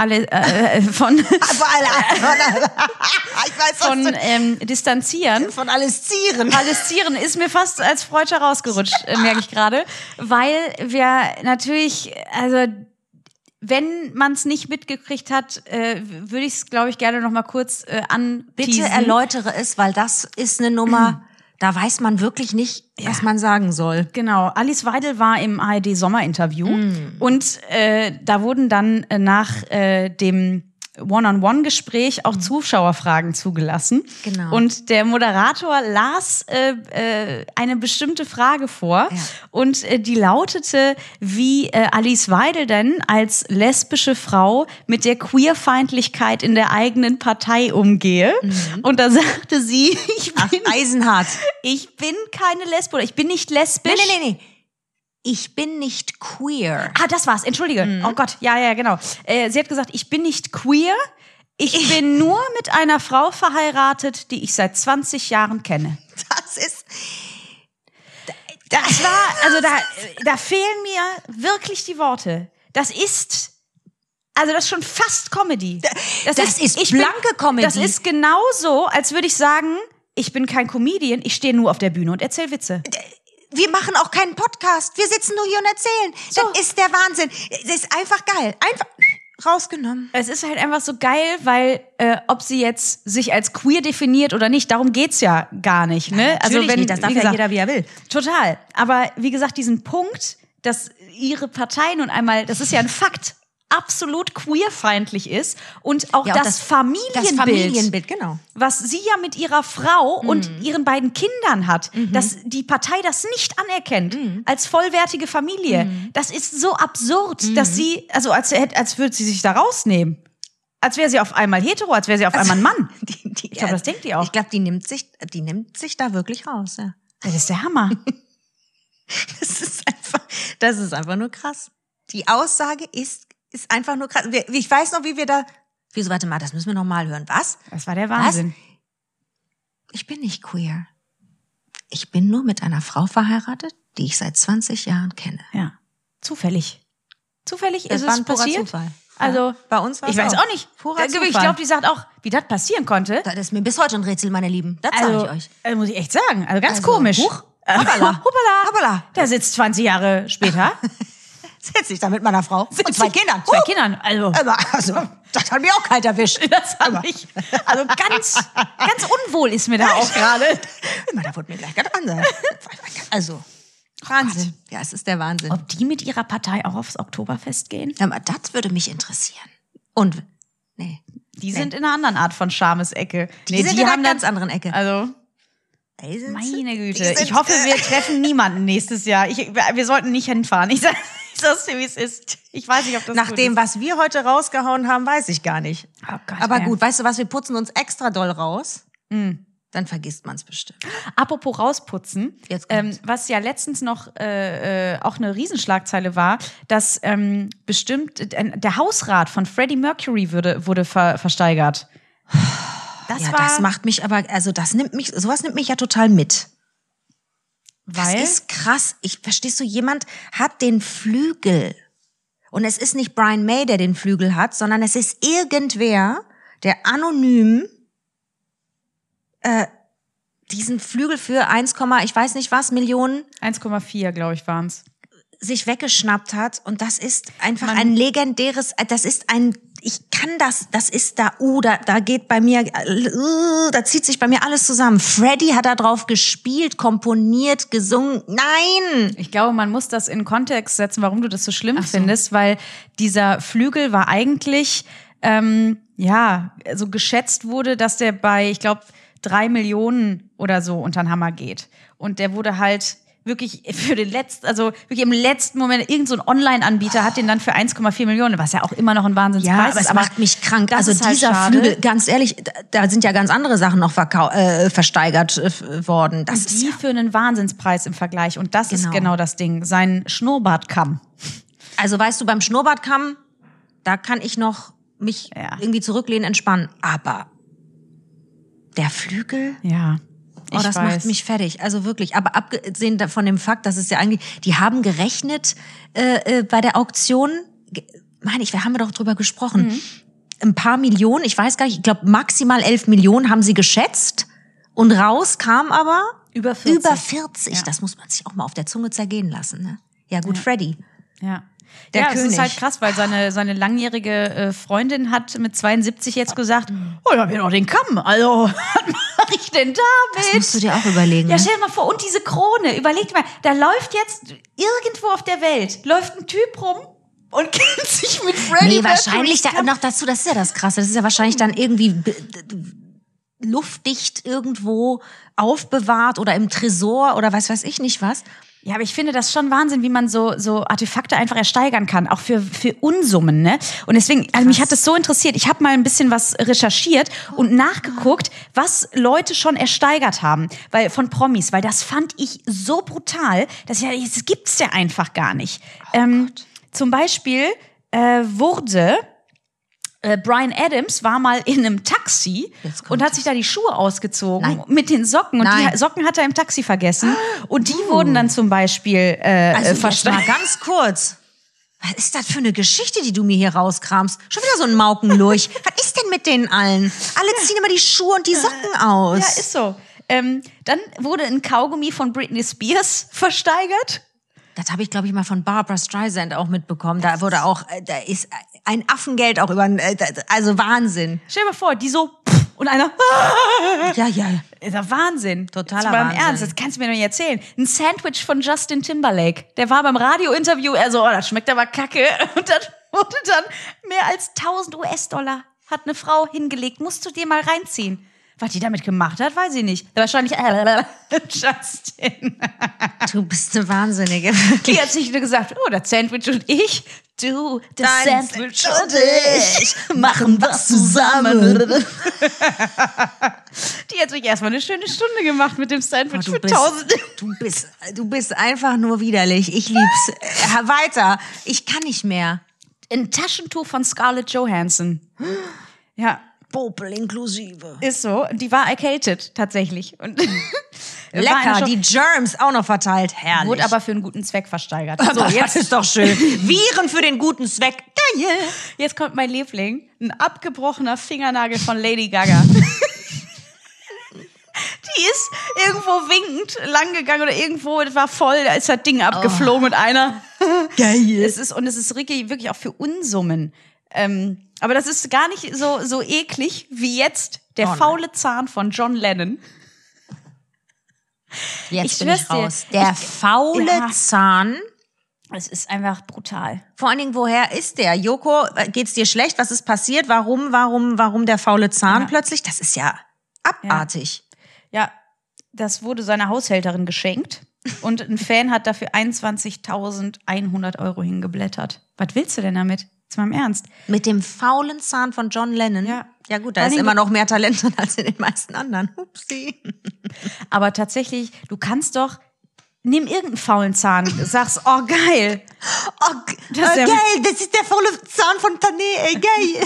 weiß,
distanzieren.
von alles Zieren.
Alles Zieren ist mir fast als Freudscher rausgerutscht, merke ich gerade, weil wir natürlich, also wenn man es nicht mitgekriegt hat, würde ich es, glaube ich, gerne noch mal kurz anteasen.
Bitte erläutere es, weil das ist eine Nummer, da weiß man wirklich nicht, was man sagen soll.
Genau, Alice Weidel war im ARD-Sommerinterview und da wurden dann nach dem One-on-One-Gespräch auch Zuschauerfragen zugelassen.
Genau.
Und der Moderator las eine bestimmte Frage vor und die lautete, wie Alice Weidel denn als lesbische Frau mit der Queerfeindlichkeit in der eigenen Partei umgehe. Und da sagte sie,
Eisenhart.
ich bin keine Lesbe oder ich bin nicht lesbisch.
Nee. Ich bin nicht queer.
Ah, das war's. Entschuldige. Oh Gott. Ja, genau. Sie hat gesagt, ich bin nicht queer. Ich bin nur mit einer Frau verheiratet, die ich seit 20 Jahren kenne. Das war, also da fehlen mir wirklich die Worte. Das ist schon fast Comedy.
Das ist blanke Comedy.
Das ist genauso, als würde ich sagen, ich bin kein Comedian, ich stehe nur auf der Bühne und erzähle Witze.
Wir machen auch keinen Podcast. Wir sitzen nur hier und erzählen.
So.
Das ist der Wahnsinn. Das ist einfach geil. Einfach rausgenommen.
Es ist halt einfach so geil, weil ob sie jetzt sich als queer definiert oder nicht, darum geht's ja gar nicht. Ne?
Natürlich nicht. Das darf ja jeder, wie er will.
Total. Aber wie gesagt, diesen Punkt, dass ihre Partei nun einmal, das ist ja ein Fakt, absolut queerfeindlich ist und auch das Familienbild,
genau.
was sie ja mit ihrer Frau und ihren beiden Kindern hat, dass die Partei das nicht anerkennt als vollwertige Familie. Das ist so absurd, dass sie, also als würde sie sich da rausnehmen. Als wäre sie auf einmal hetero, als wäre sie auf einmal ein Mann. Ich glaube, das denkt die auch.
Ich glaube, die nimmt sich da wirklich raus, ja.
Das ist der Hammer.
Das ist einfach nur krass. Die Aussage ist einfach nur krass. Ich weiß noch, wie wir da... Wieso, warte mal, das müssen wir noch mal hören. Was?
Das war der Wahnsinn.
Was? Ich bin nicht queer. Ich bin nur mit einer Frau verheiratet, die ich seit 20 Jahren kenne.
Ja. Zufällig. Zufällig
Das
ist
war
es
ein purer
passiert.
Zufall.
Also,
bei uns war
ich
es
weiß auch nicht.
Purer
Ich
Zufall.
glaube, die sagt auch, wie das passieren konnte.
Das ist mir bis heute ein Rätsel, meine Lieben. Das
Also,
sage ich euch.
muss ich echt sagen. Also ganz
Also,
komisch.
huch, hoppala. Hoppala.
Der sitzt 20 Jahre später.
Sitze ich da mit meiner Frau und 2 Kindern.
Zwei Kindern. Also,
Das hat mich auch kalt erwischt.
das hat mich. Also ganz unwohl ist mir da auch gerade.
Da wurde mir gleich ganz anders. Also, Wahnsinn. Ja, es ist der Wahnsinn.
Ob die mit ihrer Partei auch aufs Oktoberfest gehen?
Aber das würde mich interessieren. Und, nee.
Die sind in einer anderen Art von Schamesecke.
Die sind in einer ganz anderen Ecke.
Also,
Ey, sind
meine
sie-
Güte.
die sind-
Ich hoffe, wir treffen niemanden nächstes Jahr. Wir sollten nicht hinfahren. Ich sag's dir, wie es ist. Ich weiß nicht, ob das
Nach
gut
dem,
ist.
was wir heute rausgehauen haben, weiß ich gar nicht.
Oh Gott,
Aber
ey.
gut, weißt du was, wir putzen uns extra doll raus. Dann vergisst man es bestimmt.
Apropos rausputzen,
Jetzt kommt's.
was ja letztens noch auch eine Riesenschlagzeile war, dass bestimmt der Hausrat von Freddie Mercury wurde versteigert.
Das macht mich aber, also sowas nimmt mich ja total mit.
Weil
Das ist krass. Verstehst du, jemand hat den Flügel. Und es ist nicht Brian May, der den Flügel hat, sondern es ist irgendwer, der anonym diesen Flügel für 1, ich weiß nicht was, Millionen
1,4, glaube ich, waren's.
sich weggeschnappt hat. Und das ist einfach ein legendäres, das ist da geht bei mir, da zieht sich bei mir alles zusammen. Freddie hat da drauf gespielt, komponiert, gesungen. Nein!
Ich glaube, man muss das in Kontext setzen, warum du das so schlimm findest, weil dieser Flügel war eigentlich, so geschätzt wurde, dass der bei, ich glaube, 3 Millionen oder so unter den Hammer geht. Und der wurde halt wirklich wirklich im letzten Moment, irgend so ein Online-Anbieter hat den dann für 1,4 Millionen, was ja auch immer noch ein Wahnsinnspreis
Ja,
ist.
aber es macht mich krank.
das
Also
ist halt
dieser
schade.
Flügel, ganz ehrlich, da sind ja ganz andere Sachen noch versteigert worden. Das
Und
ist
die
ja,
für einen Wahnsinnspreis im Vergleich. Und das ist
Genau.
genau das Ding. Sein Schnurrbartkamm.
also weißt du, beim Schnurrbartkamm, da kann ich noch mich irgendwie zurücklehnen, entspannen. Aber der Flügel,
Ja.
das macht mich fertig. Also wirklich. Aber abgesehen von dem Fakt, dass es ja eigentlich, die haben gerechnet bei der Auktion, haben wir doch drüber gesprochen, ein paar Millionen, ich weiß gar nicht, ich glaube maximal 11 Millionen haben sie geschätzt und raus kam aber
Über 40.
Über 40.
Ja.
Das muss man sich auch mal auf der Zunge zergehen lassen. Ne? Ja gut, Freddie.
Ja.
Der
Es ist
König.
halt krass, weil seine langjährige Freundin hat mit 72 jetzt gesagt, oh, ich hab hier noch den Kamm, also, was mache ich denn damit?
Das musst du dir auch überlegen.
Ja,
ne?
stell dir mal vor, und diese Krone, überleg dir mal, da läuft jetzt irgendwo auf der Welt, läuft ein Typ rum und kennt sich mit Freddie
Nee, wahrscheinlich
Mercury.
noch dazu, das ist ja das Krasse, das ist ja wahrscheinlich dann irgendwie luftdicht irgendwo aufbewahrt oder im Tresor oder weiß ich nicht was.
Ja, aber ich finde das schon Wahnsinn, wie man so Artefakte einfach ersteigern kann, auch für Unsummen, ne? Und deswegen, also mich hat das so interessiert. Ich habe mal ein bisschen was recherchiert und nachgeguckt, was Leute schon ersteigert haben, weil von Promis, weil das fand ich so brutal, das gibt's ja einfach gar nicht. Zum Beispiel wurde Bryan Adams war mal in einem Taxi
Jetzt kommt
und hat sich da die Schuhe ausgezogen
Nein.
mit den Socken. Und
Nein.
die Socken hat er im Taxi vergessen. Und die wurden dann zum Beispiel
Also jetzt mal
versteigert.
ganz kurz. Was ist das für eine Geschichte, die du mir hier rauskramst? Schon wieder so ein Maukenlurch. Was ist denn mit denen allen? Alle ziehen immer die Schuhe und die Socken aus.
Ja, ist so. Dann wurde ein Kaugummi von Britney Spears versteigert.
Das habe ich, glaube ich, mal von Barbra Streisand auch mitbekommen. Da wurde auch, da ist ein Affengeld auch über, also Wahnsinn.
Stell dir mal vor, die so und einer.
Ja.
Ist ja Wahnsinn.
Totaler
Jetzt mal im
Wahnsinn.
Ernst, das kannst du mir doch nicht erzählen. Ein Sandwich von Justin Timberlake. Der war beim Radiointerview, das schmeckt aber kacke. Und dann wurde dann mehr als 1.000 US-Dollar hat eine Frau hingelegt. Musst du dir mal reinziehen. Was die damit gemacht hat, weiß ich nicht. Wahrscheinlich Justin.
Du bist eine Wahnsinnige.
Die hat sich nur gesagt, oh, das Sandwich und ich, du, das
Dein
Sandwich
Sandwich
und ich machen was zusammen. Die hat sich erstmal eine schöne Stunde gemacht mit dem Sandwich für 1000.
Du bist einfach nur widerlich. Ich lieb's. Weiter. Ich kann nicht mehr.
Ein Taschentuch von Scarlett Johansson. Ja.
Popel inklusive.
Ist so. Die war erkältet, tatsächlich. Und
lecker, die Germs auch noch verteilt. Herrlich.
Wurde aber für einen guten Zweck versteigert.
So, jetzt ist doch schön. Viren für den guten Zweck. Geil.
Jetzt kommt mein Liebling. Ein abgebrochener Fingernagel von Lady Gaga. Die ist irgendwo winkend lang gegangen oder irgendwo, das war voll, da ist das Ding abgeflogen mit einer.
Geil.
Es ist wirklich auch für Unsummen. Aber das ist gar nicht so eklig wie jetzt der faule Zahn von John Lennon.
Jetzt bin ich raus. Der faule Zahn.
Es ist einfach brutal.
Vor allen Dingen, woher ist der? Joko, geht's dir schlecht? Was ist passiert? Warum der faule Zahn plötzlich? Das ist ja abartig.
Ja, das wurde seiner Haushälterin geschenkt und ein Fan hat dafür 21.100 Euro hingeblättert. Was willst du denn damit? Jetzt mal im Ernst.
Mit dem faulen Zahn von John Lennon?
Ja.
Ja gut, da ist immer noch mehr Talent drin als in den meisten anderen. Upsi.
Aber tatsächlich, du kannst doch, nimm irgendeinen faulen Zahn, sagst, oh geil.
Oh, geil, das ist der faule Zahn von Tané, ey, geil.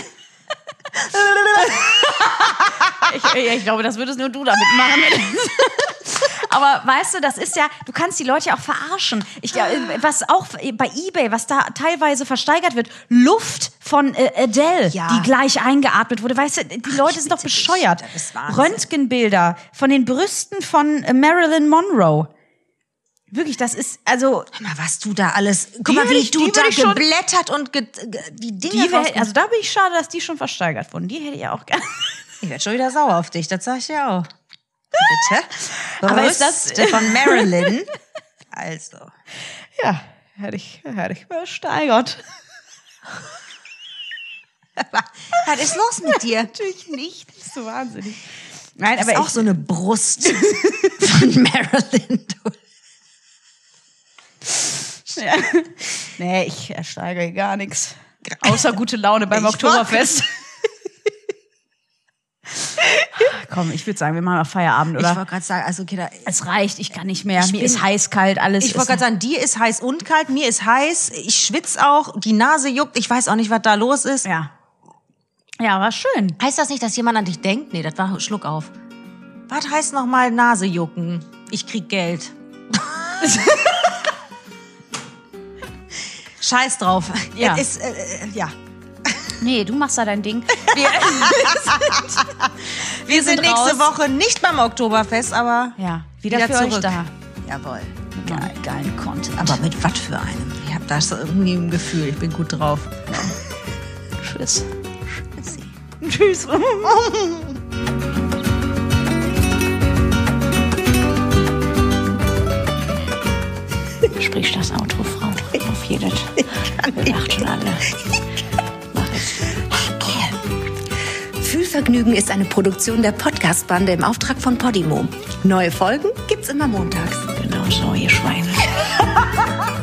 Ich glaube, das würdest nur du damit machen. Aber weißt du, das ist ja, du kannst die Leute ja auch verarschen. Was auch bei eBay, was da teilweise versteigert wird, Luft von Adele, die gleich eingeatmet wurde. Weißt du, die Leute sind doch bescheuert. Röntgenbilder von den Brüsten von Marilyn Monroe. Wirklich, das ist, also...
Mal, was du da alles... Guck mal, wie du da geblättert und die Dinge...
Also da bin ich schade, dass die schon versteigert wurden. Die hätte ich auch gerne.
Ich werde schon wieder sauer auf dich, das sag ich dir auch. Bitte?
Aber ist das...
von Marilyn? Also.
Ja, hätte ich versteigert.
Was ist los mit dir?
Natürlich nicht. Das ist so wahnsinnig.
Nein, das aber ist auch so eine Brust von Marilyn.
Ja. Nee, ich ersteigere gar nichts. Außer gute Laune beim Oktoberfest. Komm, ich würde sagen, wir machen mal Feierabend, oder?
Ich wollte gerade sagen, also Kinder...
Es reicht, ich kann nicht mehr. Mir ist heiß, kalt, alles.
Ich wollte gerade sagen, dir ist heiß und kalt, mir ist heiß, ich schwitze auch, die Nase juckt, ich weiß auch nicht, was da los ist.
Ja. Ja, war schön.
Heißt das nicht, dass jemand an dich denkt? Nee, das war Schluck auf. Was heißt nochmal Nase jucken? Ich krieg Geld. Scheiß drauf.
Ja.
Ja.
Nee, du machst da dein Ding.
Wir sind nächste Woche nicht beim Oktoberfest, aber
wieder für
zurück.
euch da.
Jawohl.
Geil. Geilen Content.
Aber mit was für einem? Ich habe da so irgendwie ein Gefühl, ich bin gut drauf.
Tschüss.
Tschüss.
Sprich das Auto, Frau. Auf jedes. Wir lachen schon alle. Mach ich.
Fühlvergnügen ist eine Produktion der Podcast-Bande im Auftrag von Podimo. Neue Folgen gibt's immer montags.
Genau so, ihr Schweine.